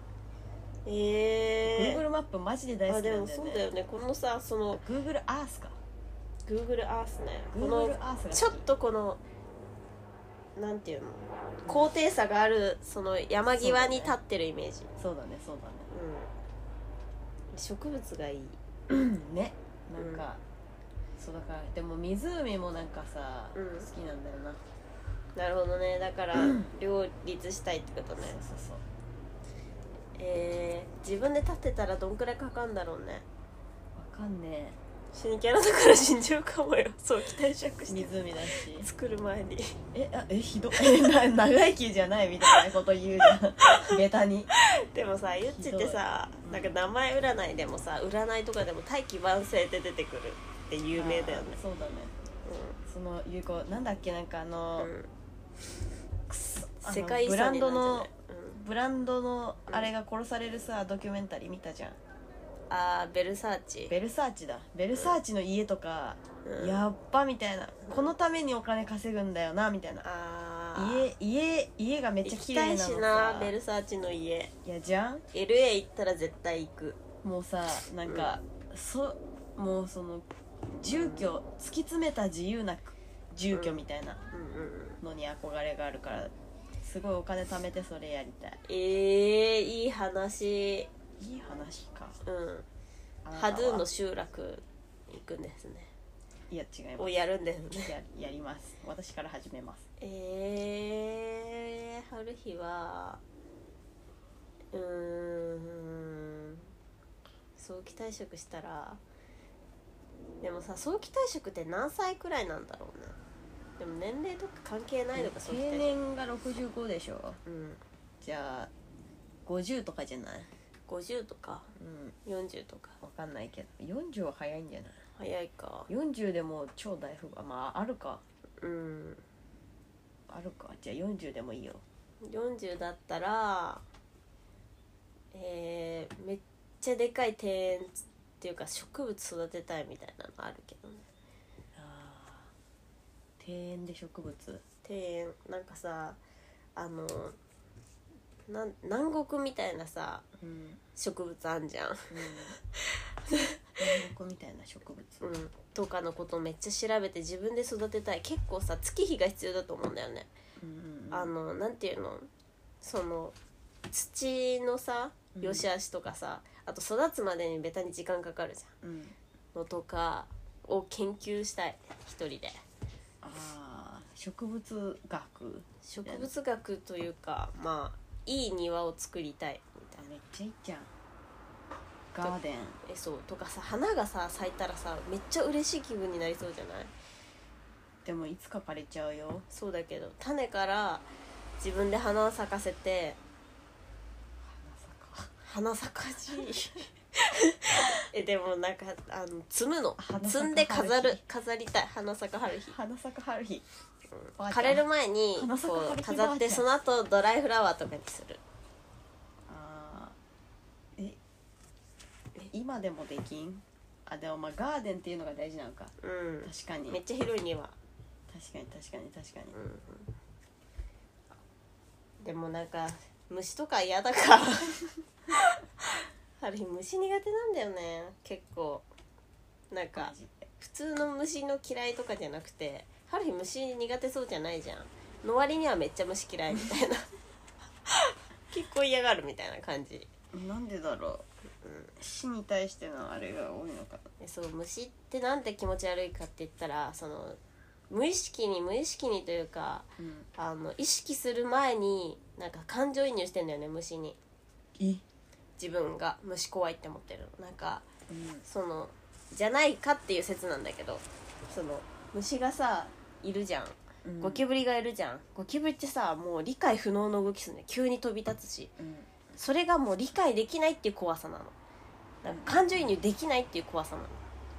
えー、 Google マップマジで大好きなんだよね。 あでもそうだよねこのさその Google Earth か Google Earth ね Google Earth がちょっとこのなんていうの高低差があるその山際に立ってるイメージ。 そうだねそうだね、 うん、植物がいいねなんか、うん、そうだからでも湖もなんかさ、うん、好きなんだよな。 なるほどねだから両立したいってことね。 そうそうそう。 えー、自分で立てたらどんくらいかかんだろうね。 わかんねえ。 死にキャラだから死んじゃうかもよ。そう期待釈して湖だし作る前にえあえひどえな長生きじゃないみたいなこと言うじゃんベタに。 でもさゆっちってさ、うん、なんか名前占いでもさ占いとかでも大器晩成って出てくるって有名だよね。 そうだね、うん、そのゆう子なんだっけなんかあの、うん、くそあの世界遺産になるんじゃない。 ブランドの、うん、ブランドのあれが殺されるさドキュメンタリー見たじゃん。 あーベルサーチベルサーチだベルサーチの家とか、うん、やっばみたいな、うん、このためにお金稼ぐんだよなみたいな。あ家家家がめっちゃ綺麗なのさ。行きたいしなベルサーチの家。 いやじゃんエルエー 行ったら絶対行く。 もうさなんか、うん、そもうその住居、うん、突き詰めた自由な住居みたいなのに憧れがあるからすごいお金貯めてそれやりたい。 えー、いい話。 いい話か。 うんハドゥーの集落行くんですね。 いや違います。 をやるんですね。 や, やります。私から始めます。 えー、春日はうーん早期退職したらでもさ早期退職って何歳くらいなんだろうね。でも年齢とか関係ないのか。早期退職定年がろくじゅうごでしょ、 うん、 じゃあごじゅうとかじゃない。 ごじゅうとか、うん、よんじゅうとかわかんないけどよんじゅうは早いんじゃない。 早いか。 よんじゅうでも超大富豪まああるか。 うんあるか。じゃあよんじゅうでもいいよ。 よんじゅうだったらえー、めっちゃでかい庭園っていうか植物育てたいみたいなのあるけどね。 あ庭園で植物。 庭園なんかさあのな南国みたいなさ、 うん、 植物あんじゃん、うん、 南国みたいな植物、 うん、とかのことをめっちゃ調べて自分で育てたい。結構さ月日が必要だと思うんだよね、うんうんうん、あのなんていうのその土のさ良し悪しとかさ、うん、あと育つまでにベタに時間かかるじゃん、うん、のとかを研究したい一人で。 ああ植物学植物学というかまあいい庭を作りたいみたいな。 めっちゃいいじゃんガーデン。 えそうとかさ花がさ咲いたらさめっちゃ嬉しい気分になりそうじゃない？ でもいつか枯れちゃうよ。 そうだけど種から自分で花を咲かせて花咲かじえでもなんかあの摘むの摘んで飾る飾りたい。花咲か春日花咲か春日、 うん、枯れる前にこう飾ってその後ドライフラワーとかにする。 あえ今でもできん？あでもまあガーデンっていうのが大事なのか、うん、確かにめっちゃ広い庭。 確かに確かに確かに、 うん、でもなんか虫とか嫌だからある日虫苦手なんだよね結構。なんか普通の虫の嫌いとかじゃなくてある日虫苦手そうじゃないじゃんの割にはめっちゃ虫嫌いみたいな結構嫌がるみたいな感じ。 なんでだろう、うん、死に対してのあれが多いのかな。 そう虫ってなんて気持ち悪いかって言ったらその無意識に無意識にというか、うん、あの意識する前になんか感情移入してんだよね虫に。 え自分が虫怖いって思ってるのなんか、うん、そのじゃないかっていう説なんだけどその虫がさいるじゃん、うん、ゴキブリがいるじゃん。ゴキブリってさもう理解不能の動きするね。急に飛び立つし、うん、それがもう理解できないっていう怖さなの。なんか感情移入できないっていう怖さなの。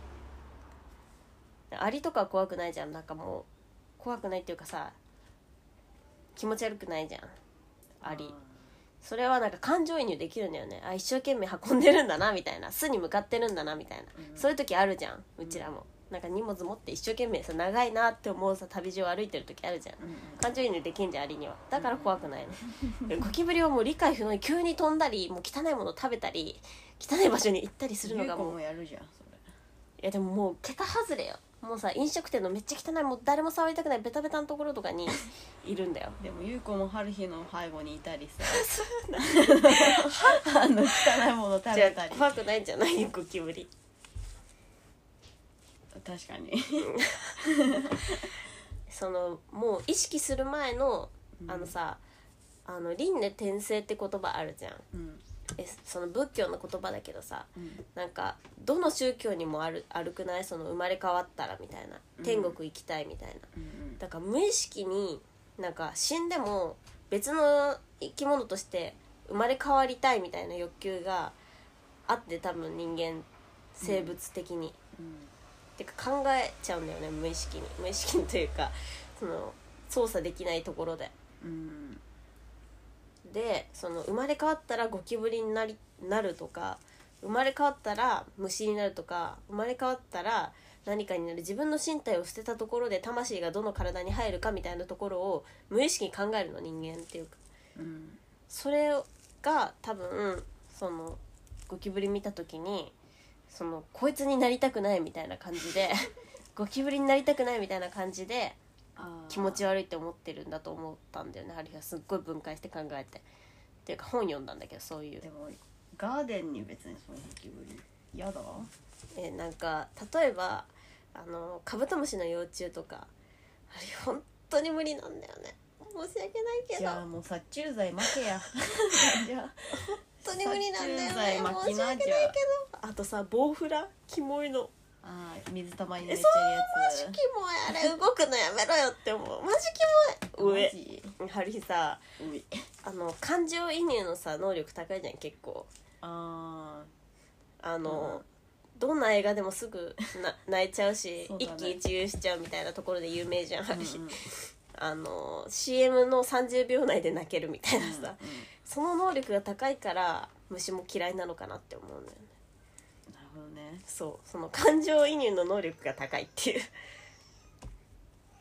アリとか怖くないじゃん。なんかもう怖くないっていうかさ気持ち悪くないじゃんアリ。それはなんか感情移入できるんだよね。あ一生懸命運んでるんだなみたいな巣に向かってるんだなみたいな、うん、そういう時あるじゃんうちらも、うん、なんか荷物持って一生懸命さ長いなって思うさ旅路を歩いてる時あるじゃん、うん、感情移入できんじゃんアリには。だから怖くないの、うん、ゴキブリはもう理解不能に急に飛んだりもう汚いもの食べたり汚い場所に行ったりするのがもう。 もやるじゃんそれ。 いやでももう桁外れよ。もうさ飲食店のめっちゃ汚いもう誰も触りたくないベタベタのところとかにいるんだよでも優子も春日の背後にいたりさあの汚いもの食べたり。 怖くないんじゃないゴキブリ。 確かにそのもう意識する前のあのさ、うん、あの輪廻転生って言葉あるじゃん、うん、えその仏教の言葉だけどさ、うん、なんかどの宗教にもある、あるくない？その生まれ変わったらみたいな天国行きたいみたいな、うん、だから無意識になんか死んでも別の生き物として生まれ変わりたいみたいな欲求があって多分人間生物的に、うんうん、てか考えちゃうんだよね無意識に無意識にというかその操作できないところで、うんでその生まれ変わったらゴキブリになりなるとか生まれ変わったら虫になるとか生まれ変わったら何かになる自分の身体を捨てたところで魂がどの体に入るかみたいなところを無意識に考えるの人間っていうか、うん、それが多分そのゴキブリ見た時にそのこいつになりたくないみたいな感じでゴキブリになりたくないみたいな感じで気持ち悪いって思ってるんだと思ったんだよね。ある日はすっごい分解して考えてっていうか本読んだんだけどそういう。 でもガーデンに別にそのゴキブリ嫌だ。 えなんか例えばあのカブトムシの幼虫とかあれ本当に無理なんだよね。申し訳ないけどじゃあもう殺虫剤負けやじゃあ本当に無理なんだよね。申し訳ないけどあとさボウフラキモいの。 あ水たまりにめっちゃいるやつ。 そうマジキモいあれ動くのやめろよって思う。マジキモい。上ハリーさあの感情移入のさ能力高いじゃん結構。ああの、うん、どんな映画でもすぐな泣いちゃうし、ね、一喜一憂しちゃうみたいなところで有名じゃんハリー、うんうん、あの シーエム のさんじゅうびょう内で泣けるみたいなさ、うんうん、その能力が高いから虫も嫌いなのかなって思うんだよね。 なるほどね。 そうその感情移入の能力が高いっていうなるほ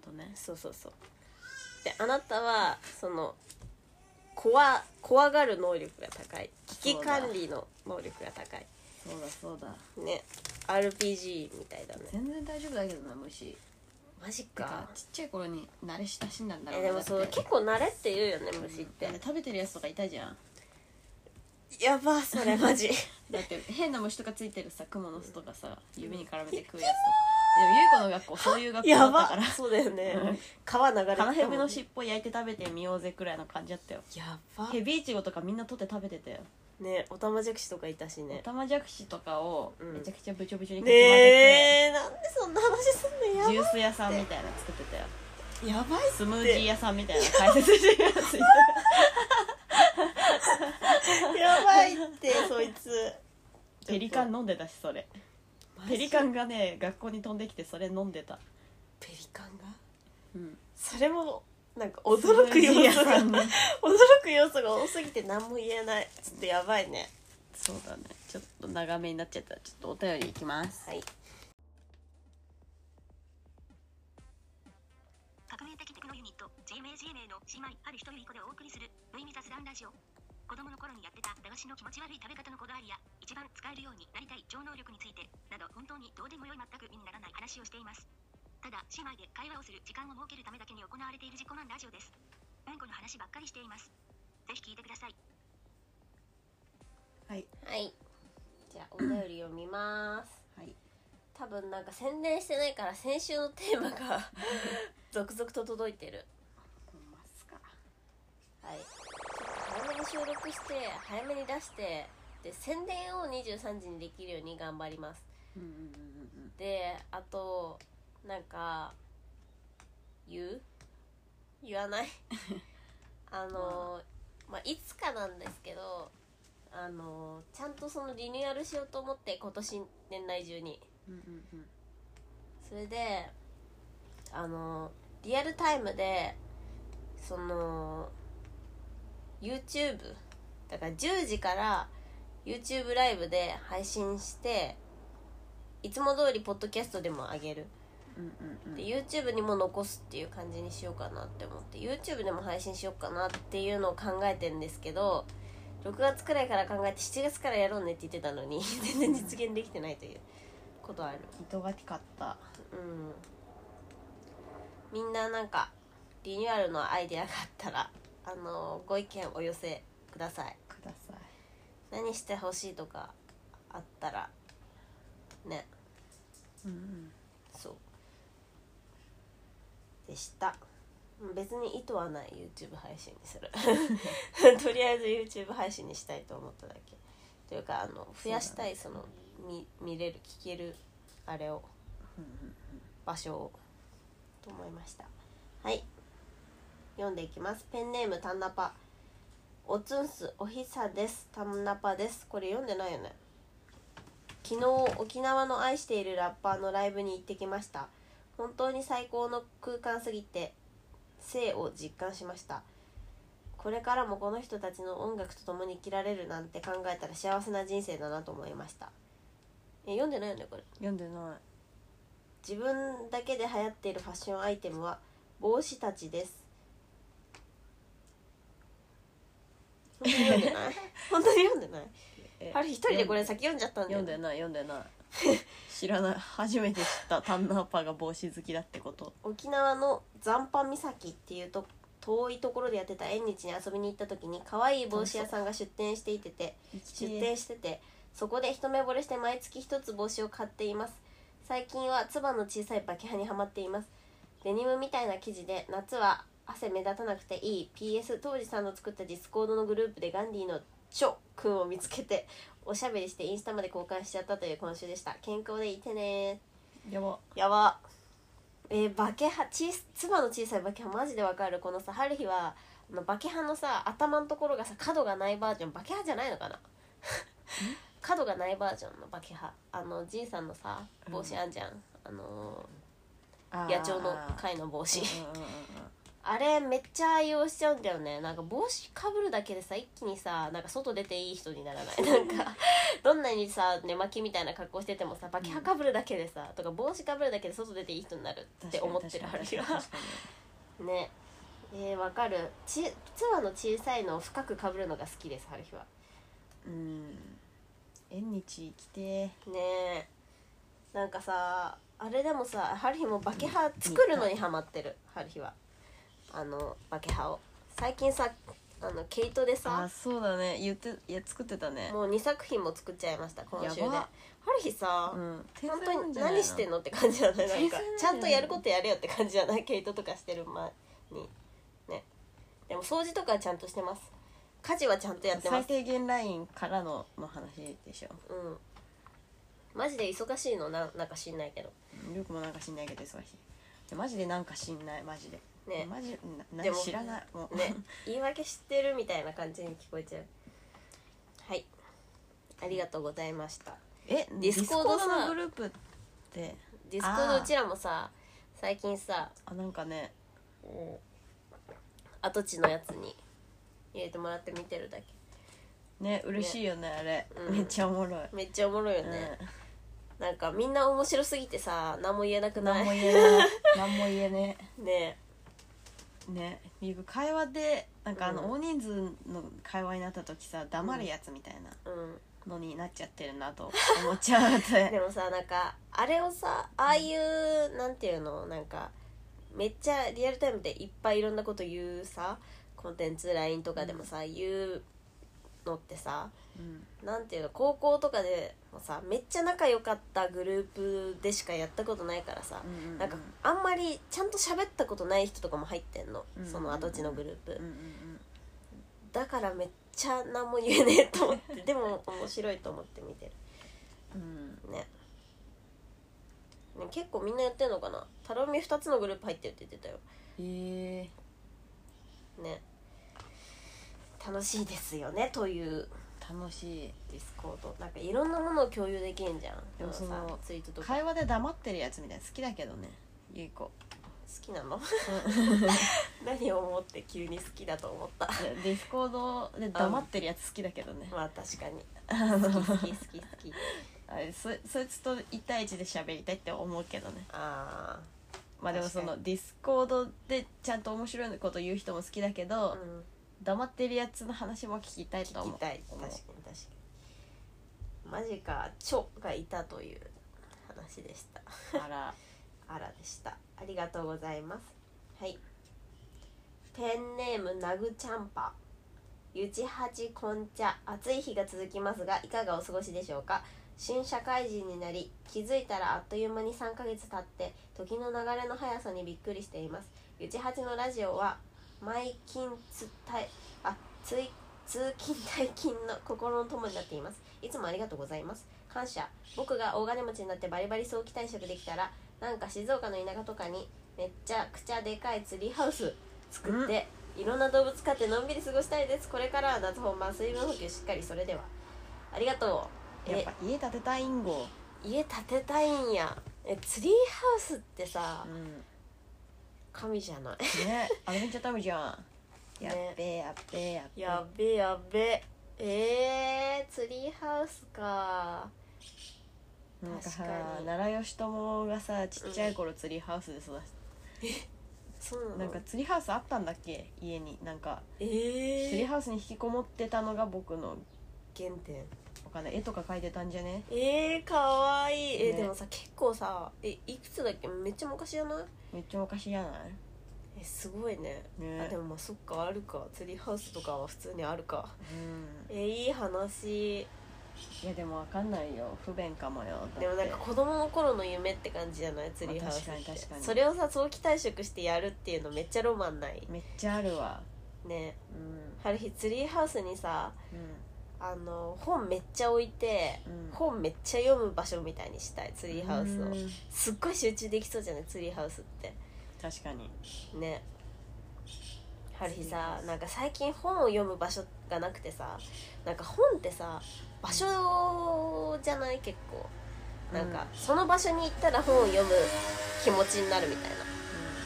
どね。 そうそうそう。であなたはその怖怖がる能力が高い、危機管理の能力が高い。 そうだそうだね、アールピージー みたいだね。 全然大丈夫だけどな虫。 マジてかか。 ちっちゃい頃に慣れ親しんだんだろうえでもそうだって結構慣れって言うよね虫って。 食べてるやつとかいたじゃん。 やばそれマジ。 だって変な虫とかついてるさクモの巣とかさ指に絡めて食うやつと。でもゆい子の学校そういう学校だやばったからそうだよね。 うん川流れてたもんカナヘビの尻尾焼いて食べてみようぜくらいの感じだったよ。 やばヘビイチゴとかみんな取って食べてたよ。 ね、オタマジャクシとかいたしオね。 タマジャクシとかをうんめちゃくちゃブチョブチョにかねき混ぜえなんでそんな話すんのて、 やばいジュース屋さんみたいなの作ってたよ。 やばいスムージー屋さんみたいな解説してるやついた。 やばいってそいつ。 ペリカン飲んでたしそれ。ペリカンがね学校に飛んできてそれ飲んでた。 ペリカンがうん。 それもなんか驚く要素がスムージー屋さんね驚く要素が多すぎて何も言えない。ちょっとやばいね。 そうだね。ちょっと長めになっちゃった。ちょっとお便りいきます。 はい。 革命的テクノユニット ジェーエムエージェーエムエー の姉妹ある一人い子でお送りする無意味雑談ラジオ。子供の頃にやってた駄菓子の気持ち悪い食べ方のこだわりや一番使えるようになりたい超能力についてなど本当にどうでもよい全く意味にならない話をしています。ただ姉妹で会話をする時間を設けるためだけに行われている自己満ラジオです。うんこの話ばっかりしています。ぜひ聞いてください。 はいはい。じゃあお便り読みます。 はい。 多分なんか宣伝してないから先週のテーマが続々と届いてる。 ほんますか。 はい。早めに収録して早めに出してで宣伝をにじゅうさんじにできるように頑張ります。 うんうんうんうん。 であとなんか言う言わないあの、まあ、いつかなんですけどあのちゃんとそのリニューアルしようと思って今年年内中にうんうんうん。 それであのリアルタイムでその YouTube だからじゅうじから YouTube ライブで配信していつも通りポッドキャストでも上げるうんうんうん。 で YouTube にも残すっていう感じにしようかなって思って YouTube でも配信しようかなっていうのを考えてるんですけどろくがつくらいから考えてしちがつからやろうねって言ってたのに全然実現できてないということある。 糸がきかった。 うんみんななんかリニューアルのアイデアがあったらあのご意見お寄せください。 ください。 何してほしいとかあったらね。 うんうん。 そうでした。別に意図はない YouTube 配信にするとりあえず YouTube 配信にしたいと思っただけというかあの増やしたいその見, 見れる聞けるあれをうんうん場所をと思いました。はい読んでいきます。ペンネームタンナパおつんすおひさですタンナパです。これ読んでないよね。昨日沖縄の愛しているラッパーのライブに行ってきました。本当に最高の空間すぎて生を実感しました。これからもこの人たちの音楽と共に生きられるなんて考えたら幸せな人生だなと思いました。え読んでないよねこれ。 読んでない。 自分だけで流行っているファッションアイテムは帽子たちです。本当に読んでない本当に読んでないあれ一人でこれ先読んじゃったんだよ、 読んでない読んでない知らない。初めて知ったタンナーパが帽子好きだってこと。 沖縄の残波岬っていうと遠いところでやってた縁日に遊びに行った時に可愛い帽子屋さんが出店していてて出店しててそこで一目惚れして毎月一つ帽子を買っています。最近はつばの小さいバケハにはまっています。デニムみたいな生地で夏は汗目立たなくていい。 ピーエス 当時さんの作ったディスコードのグループでガンディのチョくんを見つけておしゃべりしてインスタまで交換しちゃったという今週でした。健康でいてね。 やば。 やば。えー、バケハちつばの小さいバケハマジでわかる。このさ春日はあのバケハのさ頭のところがさ角がないバージョンバケハじゃないのかな角がないバージョンのバケハあのじいさんのさ帽子あんじゃん、うん、あのー、野鳥の会の帽子、 うんうんうんうん、 あれめっちゃ愛用しちゃうんだよね。なんか帽子かぶるだけでさ一気にさなんか外出ていい人にならないなんかどんなにさ寝巻きみたいな格好しててもさバキハかぶるだけでさ、うん、とか帽子かぶるだけで外出ていい人になるって思ってる話がねえー、わかる。ちつばの小さいのを深くかぶるのが好きです春日は。 うん縁日来てねえなんかさあれでもさ春日もバケハ作るのにハマってる春日は。あのバケハを最近さあの毛糸でさあそうだね言っていや作ってたね。 もうにさく品も作っちゃいました今週で。 やば春日さ、 うん、 本当に何してんのって感じじゃない？なんかちゃんとやることやれよって感じじゃない？毛糸とかしてる前にね。でも掃除とかはちゃんとしてます。家事はちゃんとやってます。 最低限ラインからのの話でしょ。 うんマジで忙しいのな、なんか知んないけどりょうくもなんか知んないけど忙しい。マジでなんか知んないマジでね。 マジなでも知らないもうね言い訳知ってるみたいな感じに聞こえちゃう。はいありがとうございました。 えディスコードさのグループってディスコードうちらもさ最近さあなんかね、 うん、跡地のやつに入れてもらって見てるだけね嬉しいよねあれ、 うん、 めっちゃおもろい。 めっちゃおもろいよね、うん、なんかみんな面白すぎてさ何も言えなくない？ 何も言えない何も言えねねね会話でなんかあの、 うん、 大人数の会話になった時さ黙るやつみたいなのになっちゃってるなと思っちゃうってでもさなんかあれをさああいうなんていうのなんかめっちゃリアルタイムでいっぱいいろんなこと言うさコンテンツ ライン とかでもさ、うん、言うのってさ、うん、なんていうの高校とかでもさめっちゃ仲良かったグループでしかやったことないからさ、うんうんうん、なんかあんまりちゃんと喋ったことない人とかも入ってんの、うんうんうん、その跡地のグループ、うんうんうん、だからめっちゃ何も言えねえと思ってでも面白いと思って見てる、うん、ねね結構みんなやってんのかな。タロミふたつのグループ入ってるって言ってたよ。 へえね楽しいですよねという楽しいディスコードなんかいろんなものを共有できんじゃん。 でもそのツイートとか会話で黙ってるやつみたいな好きだけどねゆいこ好きなの何を思って急に好きだと思った。 ディスコードで黙ってるやつ好きだけどね、 うん、まあ確かに好き好き好き好きあれ そ, そいつといち対いちで喋りたいって思うけどね。 あまあでもそのディスコードでちゃんと面白いこと言う人も好きだけど、うん、黙ってるやつの話も聞きたいと思う。 聞きたい確かに確かにマジかチョがいたという話でしたあらあらでした。ありがとうございます。はい。ペンネームなぐちゃんぱゆちはちこん茶。暑い日が続きますがいかがお過ごしでしょうか。新社会人になり気づいたらあっという間にさんかげつ経って時の流れの速さにびっくりしています。ゆちはちのラジオは毎勤つたいあ通勤退勤の心の友になっています。いつもありがとうございます。感謝。僕が大金持ちになってバリバリ早期退職できたらなんか静岡の田舎とかにめっちゃくちゃでかいツリーハウス作って、うん、いろんな動物飼ってのんびり過ごしたいです。これからは夏本番水分補給しっかり。それではありがとう。 やっぱ家建てたいんご家建てたいんや。えツリーハウスってさ、うん、神じゃないね。あれめっちゃ神じゃん、ね、やっべやっべやっべやっべやっべえー、ツリーハウスか。 なんかさ奈良義朝がさちっちゃい頃ツリーハウスで育て、うん、えそうなの。 なんかツリーハウスあったんだっけ家に。なんか、 えー、 ツリーハウスに引きこもってたのが僕の原点。 わかんない、絵とか描いてたんじゃね。 えー、かわいい、ね、えでもさ結構さえいくつだっけ。めっちゃ昔じゃない。 めっちゃ昔じゃない。 えすごい ね, ねあでもまあそっかあるか。ツリーハウスとかは普通にあるか、うん、えいい話。 いやでもわかんないよ、不便かもよ。 でもなんか子供の頃の夢って感じじゃないツリーハウスって、まあ、確かに確かに。それをさ早期退職してやるっていうのめっちゃロマンない。 めっちゃあるわね。うん、春日ツリーハウスにさ、うん、あの本めっちゃ置いて、うん、本めっちゃ読む場所みたいにしたいツリーハウスを、うん、すっごい集中できそうじゃないツリーハウスって。 確かにね。春日さなんか最近本を読む場所がなくてさ、なんか本ってさ場所じゃない結構なんか、うん、その場所に行ったら本を読む気持ちになるみたいな、うん、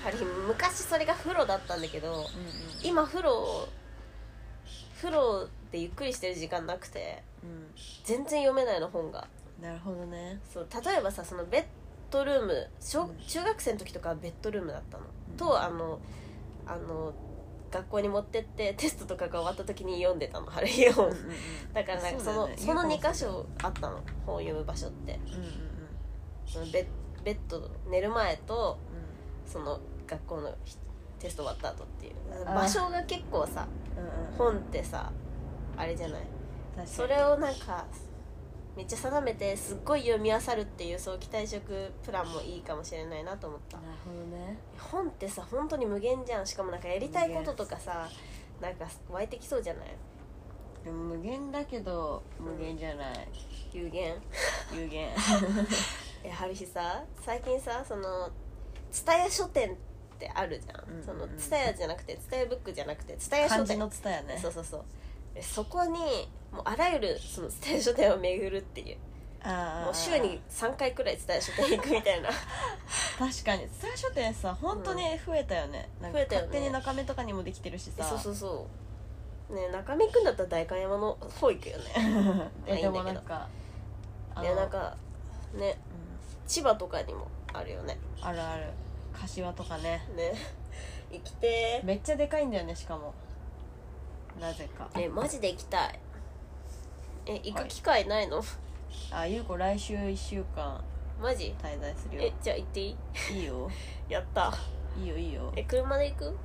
ハリー昔それが風呂だったんだけど、 うんうん、 今風呂風呂でゆっくりしてる時間なくて、 うん、 全然読めないの本が。 なるほどね。 そう例えばさ、そのベッドルーム小、うん、中学生の時とかはベッドルームだったの、うん、とあのあの学校に持ってってテストとかが終わった時に読んでたの、ハリー本、うんうんうん、だからなんかその、そ,、ね、そのに箇所あったの、本読む場所って、うんうんうん、その ベ, ベッド寝る前と、うん、その学校のテスト終わった後っていう場所が結構さ、うんうん、本ってさあれじゃない、それをなんかめっちゃ定めてすっごい読み漁るっていう早期退職プランもいいかもしれないなと思った。 なるほどね。 本ってさ本当に無限じゃん。しかもなんかやりたいこととかさなんか湧いてきそうじゃない。 でも無限だけど無限じゃない、 うん、有限有限えハリヒさ最近さその蔦屋書店ってあるじゃん、うんうん、その蔦屋じゃなくて蔦屋ブックじゃなくて蔦屋書店、 漢字の蔦屋ね。 そうそうそう。そこにもうあらゆるその蔦屋書店を巡るっていう、 あもう週にさんかいくらい蔦屋書店行くみたいな確かに蔦屋書店さ本当に増えたよね、うん、なんか勝手に中目とかにもできてるしさ、 そうそうそうね。中目行くんだったら代官山の方行くよねえでもなんかでなんかね、うん、千葉とかにもあるよね。 あるある、柏とかね。 ね行きてー。 めっちゃでかいんだよね、しかもなぜか。 えマジで行きたい。え行く機会ないの、はい、 あゆうこ来週いっしゅうかんマジ滞在するよ。 えじゃあ行っていい？ いいよやったいいよいいよ。 え車で行く？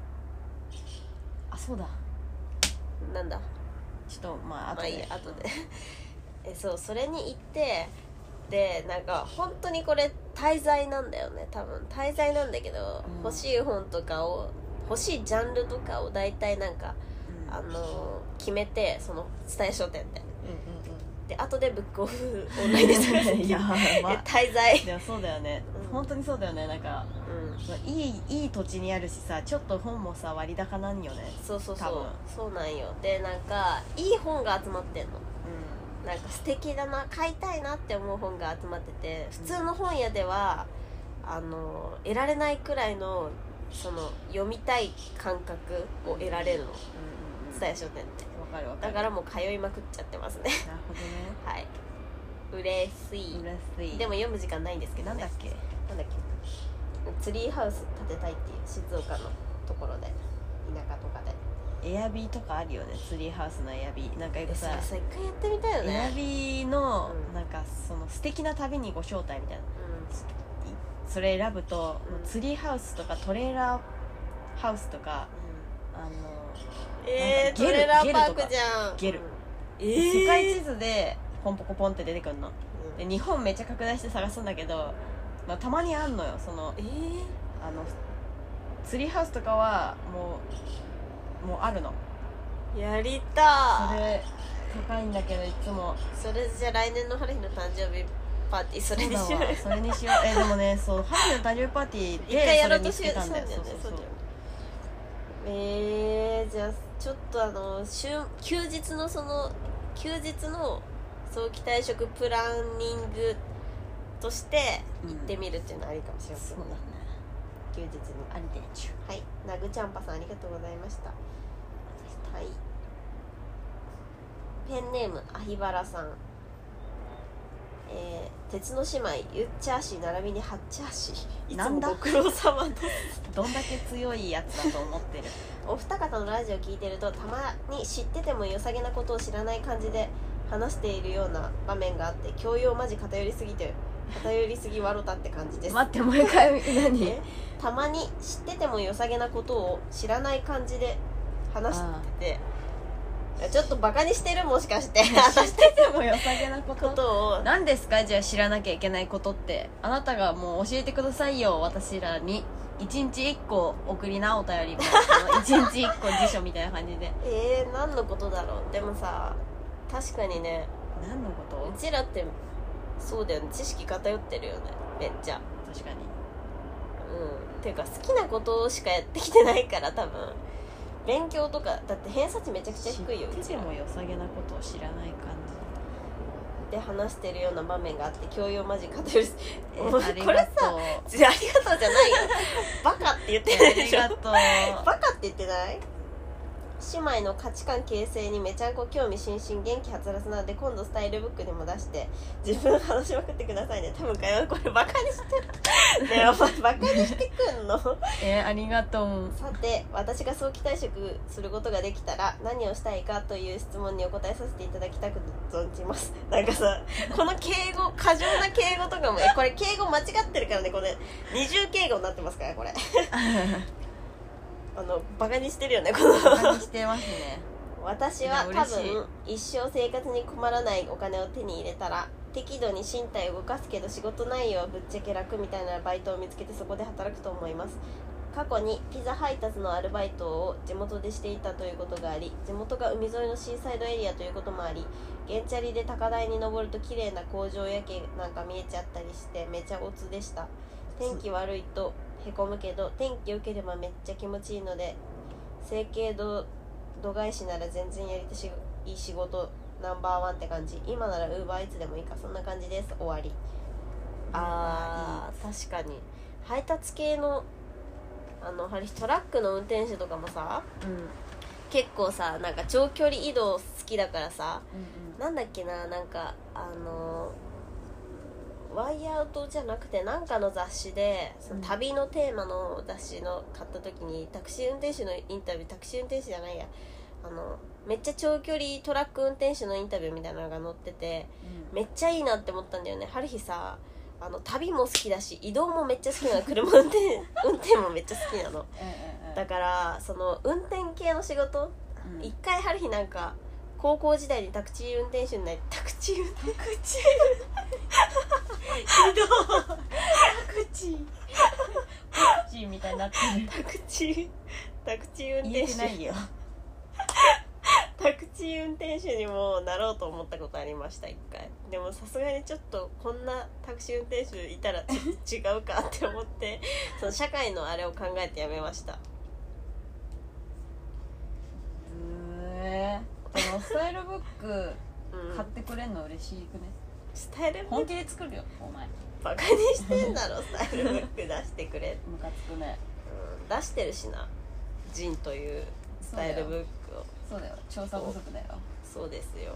あそうだ、 なんだちょっとまあ後で、まあいいや後でえそうそれに行ってでなんか本当にこれ滞在なんだよね、多分滞在なんだけど、うん、欲しい本とかを欲しいジャンルとかを大体なんか、うん、あの決めてその蔦屋書店で、うんうんうん、で後でブックオフオンラインで探していや、ま、滞在でもそうだよね、うん、本当にそうだよね。なんか、うん、いいいい土地にあるしさ、ちょっと本もさ割高なんよね。 そうそうそうそうなんよ。でなんかいい本が集まってんの、うん、なんか素敵だな買いたいなって思う本が集まってて、普通の本屋ではあの得られないくらいのその読みたい感覚を得られるの、蔦屋書店って。 わかるわかる。 だからもう通いまくっちゃってますね。 なるほどね。 はい、嬉しい。 嬉しい。 でも読む時間ないんですけどね。 なんだっけなんだっけツリーハウス建てたいっていう静岡のところで、田舎とかでエアビーとかあるよね。ツリーハウスのエアビーなんかよくさ、 それ一回やってみたいよね。 エアビーの、うん、なんかその素敵な旅にご招待みたいな、うん、それ選ぶと、うん、ツリーハウスとかトレーラーハウスとか、うん、あのえー、トレーラーパークじゃん。 ゲル、 えー、 世界地図でポンポコポンって出てくるの、うん、で日本めっちゃ拡大して探すんだけど、まあ、たまにあんのよその、 えー、 あのツリーハウスとかはもうもうあるの。 やりたそれ高いんだけどいつも。 それじゃあ来年の春日の誕生日パーティーそれにしよう。 それにしよう。えでもねそう春日の誕生日パーティーで一回やろうとしてたんだよ。 そうそうそう。えー、じゃあちょっとあの週休日のその休日の早期退職プランニングとして行ってみるっていうのはありかもしれませんね、うん、そうだね。休日にありでちゅはい。なぐちゃんぱさんありがとうございました。はい。ペンネームあひばらさん、えー、鉄の姉妹ゆっちゃーし並びにはっちゃーしいつもご苦労様です。 どんだけ強いやつだと思ってるお二方のラジオ聞いてるとたまに知ってても良さげなことを知らない感じで話しているような場面があって教養マジ偏りすぎて偏りすぎわろたって感じです。 待ってもう一回何たまに知ってても良さげなことを知らない感じで話してて、ちょっとバカにしてるもしかして知ってても良さげなことことを何ですか。じゃあ知らなきゃいけないことってあなたがもう教えてくださいよ。私らにいちにちいっこ送りなお便りもいちにちいっこ辞書みたいな感じでえー、何のことだろう。でもさ確かにね、 何のこと。 うちらってそうだよね、知識偏ってるよねめっちゃ。 確かに。 うんていうか好きなことしかやってきてないから多分勉強とかだって偏差値めちゃくちゃ低いよ。 知ってても良さげなことを知らない感って話してるような場面があって教養マジ語るえもうありこれさがとうありがとうじゃないよバカって言ってないでしょありがとうバカって言ってない？姉妹の価値観形成にめちゃんこ興味津々元気はつらつなので今度スタイルブックでも出して自分話しまくってくださいね。多分かよこれバカにしてるねえお前バカにしてくんのえありがとう。 さて私が早期退職することができたら何をしたいかという質問にお答えさせていただきたく存じます。なんかさこの敬語過剰な敬語とかもえこれ敬語間違ってるからね。これ二重敬語になってますからこれあのバカにしてるよねこのバカにしてますね私は多嬉しい分一生生活に困らないお金を手に入れたら適度に身体を動かすけど仕事内容はぶっちゃけ楽みたいなバイトを見つけてそこで働くと思います。過去にピザ配達のアルバイトを地元でしていたということがあり地元が海沿いのシーサイドエリアということもあり原チャリで高台に登ると綺麗な工場夜景なんか見えちゃったりしてめちゃオツでした。天気悪いとへこむけど天気良ければめっちゃ気持ちいいので整形度度外視なら全然やりたしいい仕事ナンバーワンって感じ。今ならウーバーイーツでもいいかそんな感じです。終わり。あー確かに配達系のあのトラックの運転手とかもさうん結構さなんか長距離移動好きだからさうんなんだっけななんかあのワイヤードじゃなくてなんかの雑誌でその旅のテーマの雑誌の買った時にタクシー運転手のインタビュータクシー運転手じゃないやあのめっちゃ長距離トラック運転手のインタビューみたいなのが載っててうんめっちゃいいなって思ったんだよね。春日さあの旅も好きだし移動もめっちゃ好きなの車運転運転もめっちゃ好きなのうんうんうんだからその運転系の仕事うん一回春日なんか高校時代にタクシー運転手になりタクシー運転タクチタクチタクチみたいになってるタクシータクシー運言え転手てないよタクシー運転手にもなろうと思ったことありました一回。でもさすがにちょっとこんなタクシー運転手いたらちょっと違うかって思ってその社会のあれを考えてやめました。 えー、でもスタイルブックうん買ってくれんの嬉しいくねスタイルブック本気で作るよお前バカにしてんだろスタイルブック出してくれ、 ムカつくねうん、出してるしなジンというスタイルブックをそうだよ調査不足だよそうですよ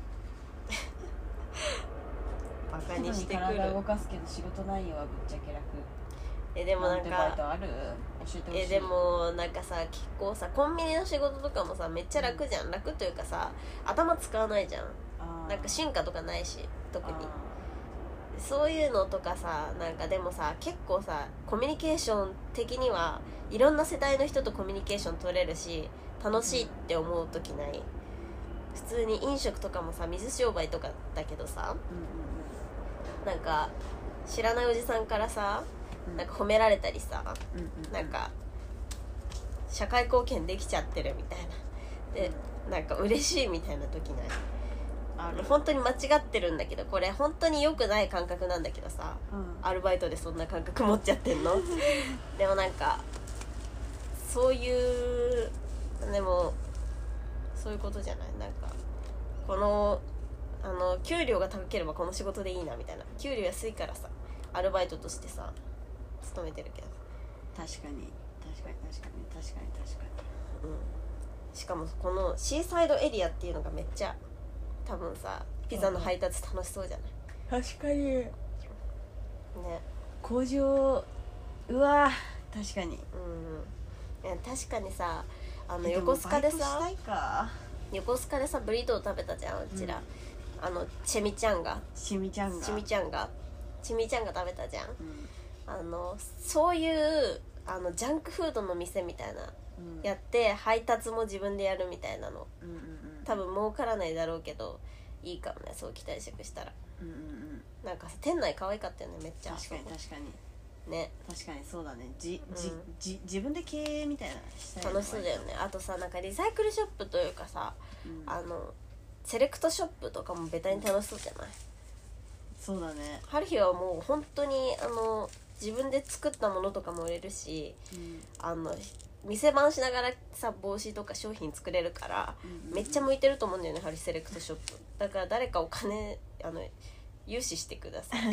バカににしてくる。 体動かすけど仕事内容はぶっちゃけ楽えでもなんてバイトかある教えてほしいえでもなんかさ結構さコンビニの仕事とかもさめっちゃ楽じゃん。楽というかさ頭使わないじゃん。 あーなんか進化とかないし特にあそういうのとかさなんかでもさ結構さコミュニケーション的にはいろんな世代の人とコミュニケーション取れるし楽しいって思う時ない？普通に飲食とかもさ水商売とかだけどさーうんなんか知らないおじさんからさうんうんなんか褒められたりさうんうんなんか社会貢献できちゃってるみたいなでなんか嬉しいみたいな時ない？あの本当に間違ってるんだけどこれ本当に良くない感覚なんだけどさうんアルバイトでそんな感覚持っちゃってんのでもなんかそういうでもそういうことじゃないなんかこのあの給料が高ければこの仕事でいいなみたいな給料安いからさアルバイトとしてさ勤めてるけど、 確かに確かに確かに確かに確かうん、しかもこのシーサイドエリアっていうのがめっちゃ多分さピザの配達楽しそうじゃない、 に確かにね工場うわ確かにうんいや確かにさあのえ横須賀でさもバイトしたいか横須賀でさブリトー食べたじゃんうちら、 うんあのチェミちゃんがしみちゃんがチミちゃんがチミちゃんが食べたじゃんうんあのそういうあのジャンクフードの店みたいなうんやって配達も自分でやるみたいなのうんうんうん多分儲からないだろうけどいいかもねそう期待職したらうんうんうんなんかさ店内可愛かったよねめっちゃ確かに確かにね確かにそうだねじじ、 うんじ自分で経営みたいなしたいね楽しそうだよねあとさなんかリサイクルショップというかさうんあのセレクトショップとかもベタに楽しそうじゃないそうだね春日はもう本当にあの自分で作ったものとかも売れるしうんあの店番しながらさ帽子とか商品作れるからうんうんめっちゃ向いてると思うんだよね春日セレクトショップだから誰かお金あの融資してください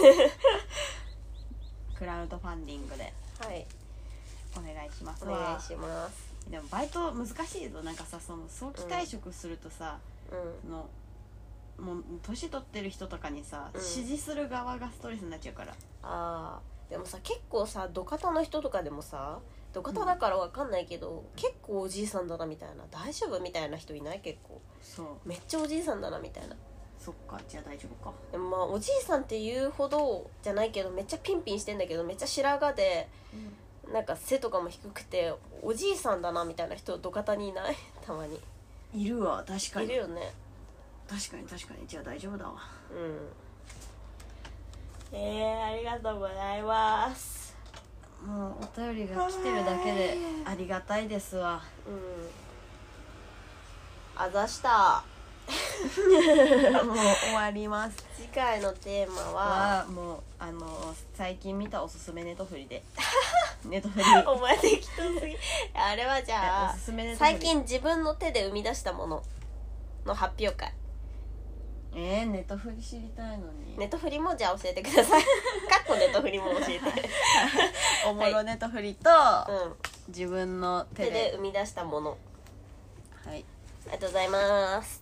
クラウドファンディングではいお願いしますおわ。 願いしますでもバイト難しいぞ。なんかさ、その早期退職するとさ、 うんそのもう年取ってる人とかにさ、 うん指示する側がストレスになっちゃうから。 あーでもさ結構さ土方の人とかでもさ土方だからわかんないけど、うん、結構おじいさんだなみたいな大丈夫みたいな人いない結構そうめっちゃおじいさんだなみたいな。 そっか、じゃあ大丈夫か。 でもまあおじいさんっていうほどじゃないけどめっちゃピンピンしてんだけどめっちゃ白髪で、うん、なんか背とかも低くておじいさんだなみたいな人土方にいないたまにいるわ。確かにいるよね。 確かに確かに。じゃあ大丈夫だわ。 うんえー、ありがとうございます。 もうお便りが来てるだけでありがたいですわ。 うんあざしたもう終わります。 次回のテーマははもうあの最近見たおすすめネトフリでネトフリお前適当すぎあれはじゃあおすすめネトフリ最近自分の手で生み出したものの発表会。 えー、ネトフリ知りたいのに。 ネトフリもじゃあ教えてくださいかっこネトフリも教えておもろネトフリと、 うん自分の手で手で生み出したもの。 はいありがとうございます。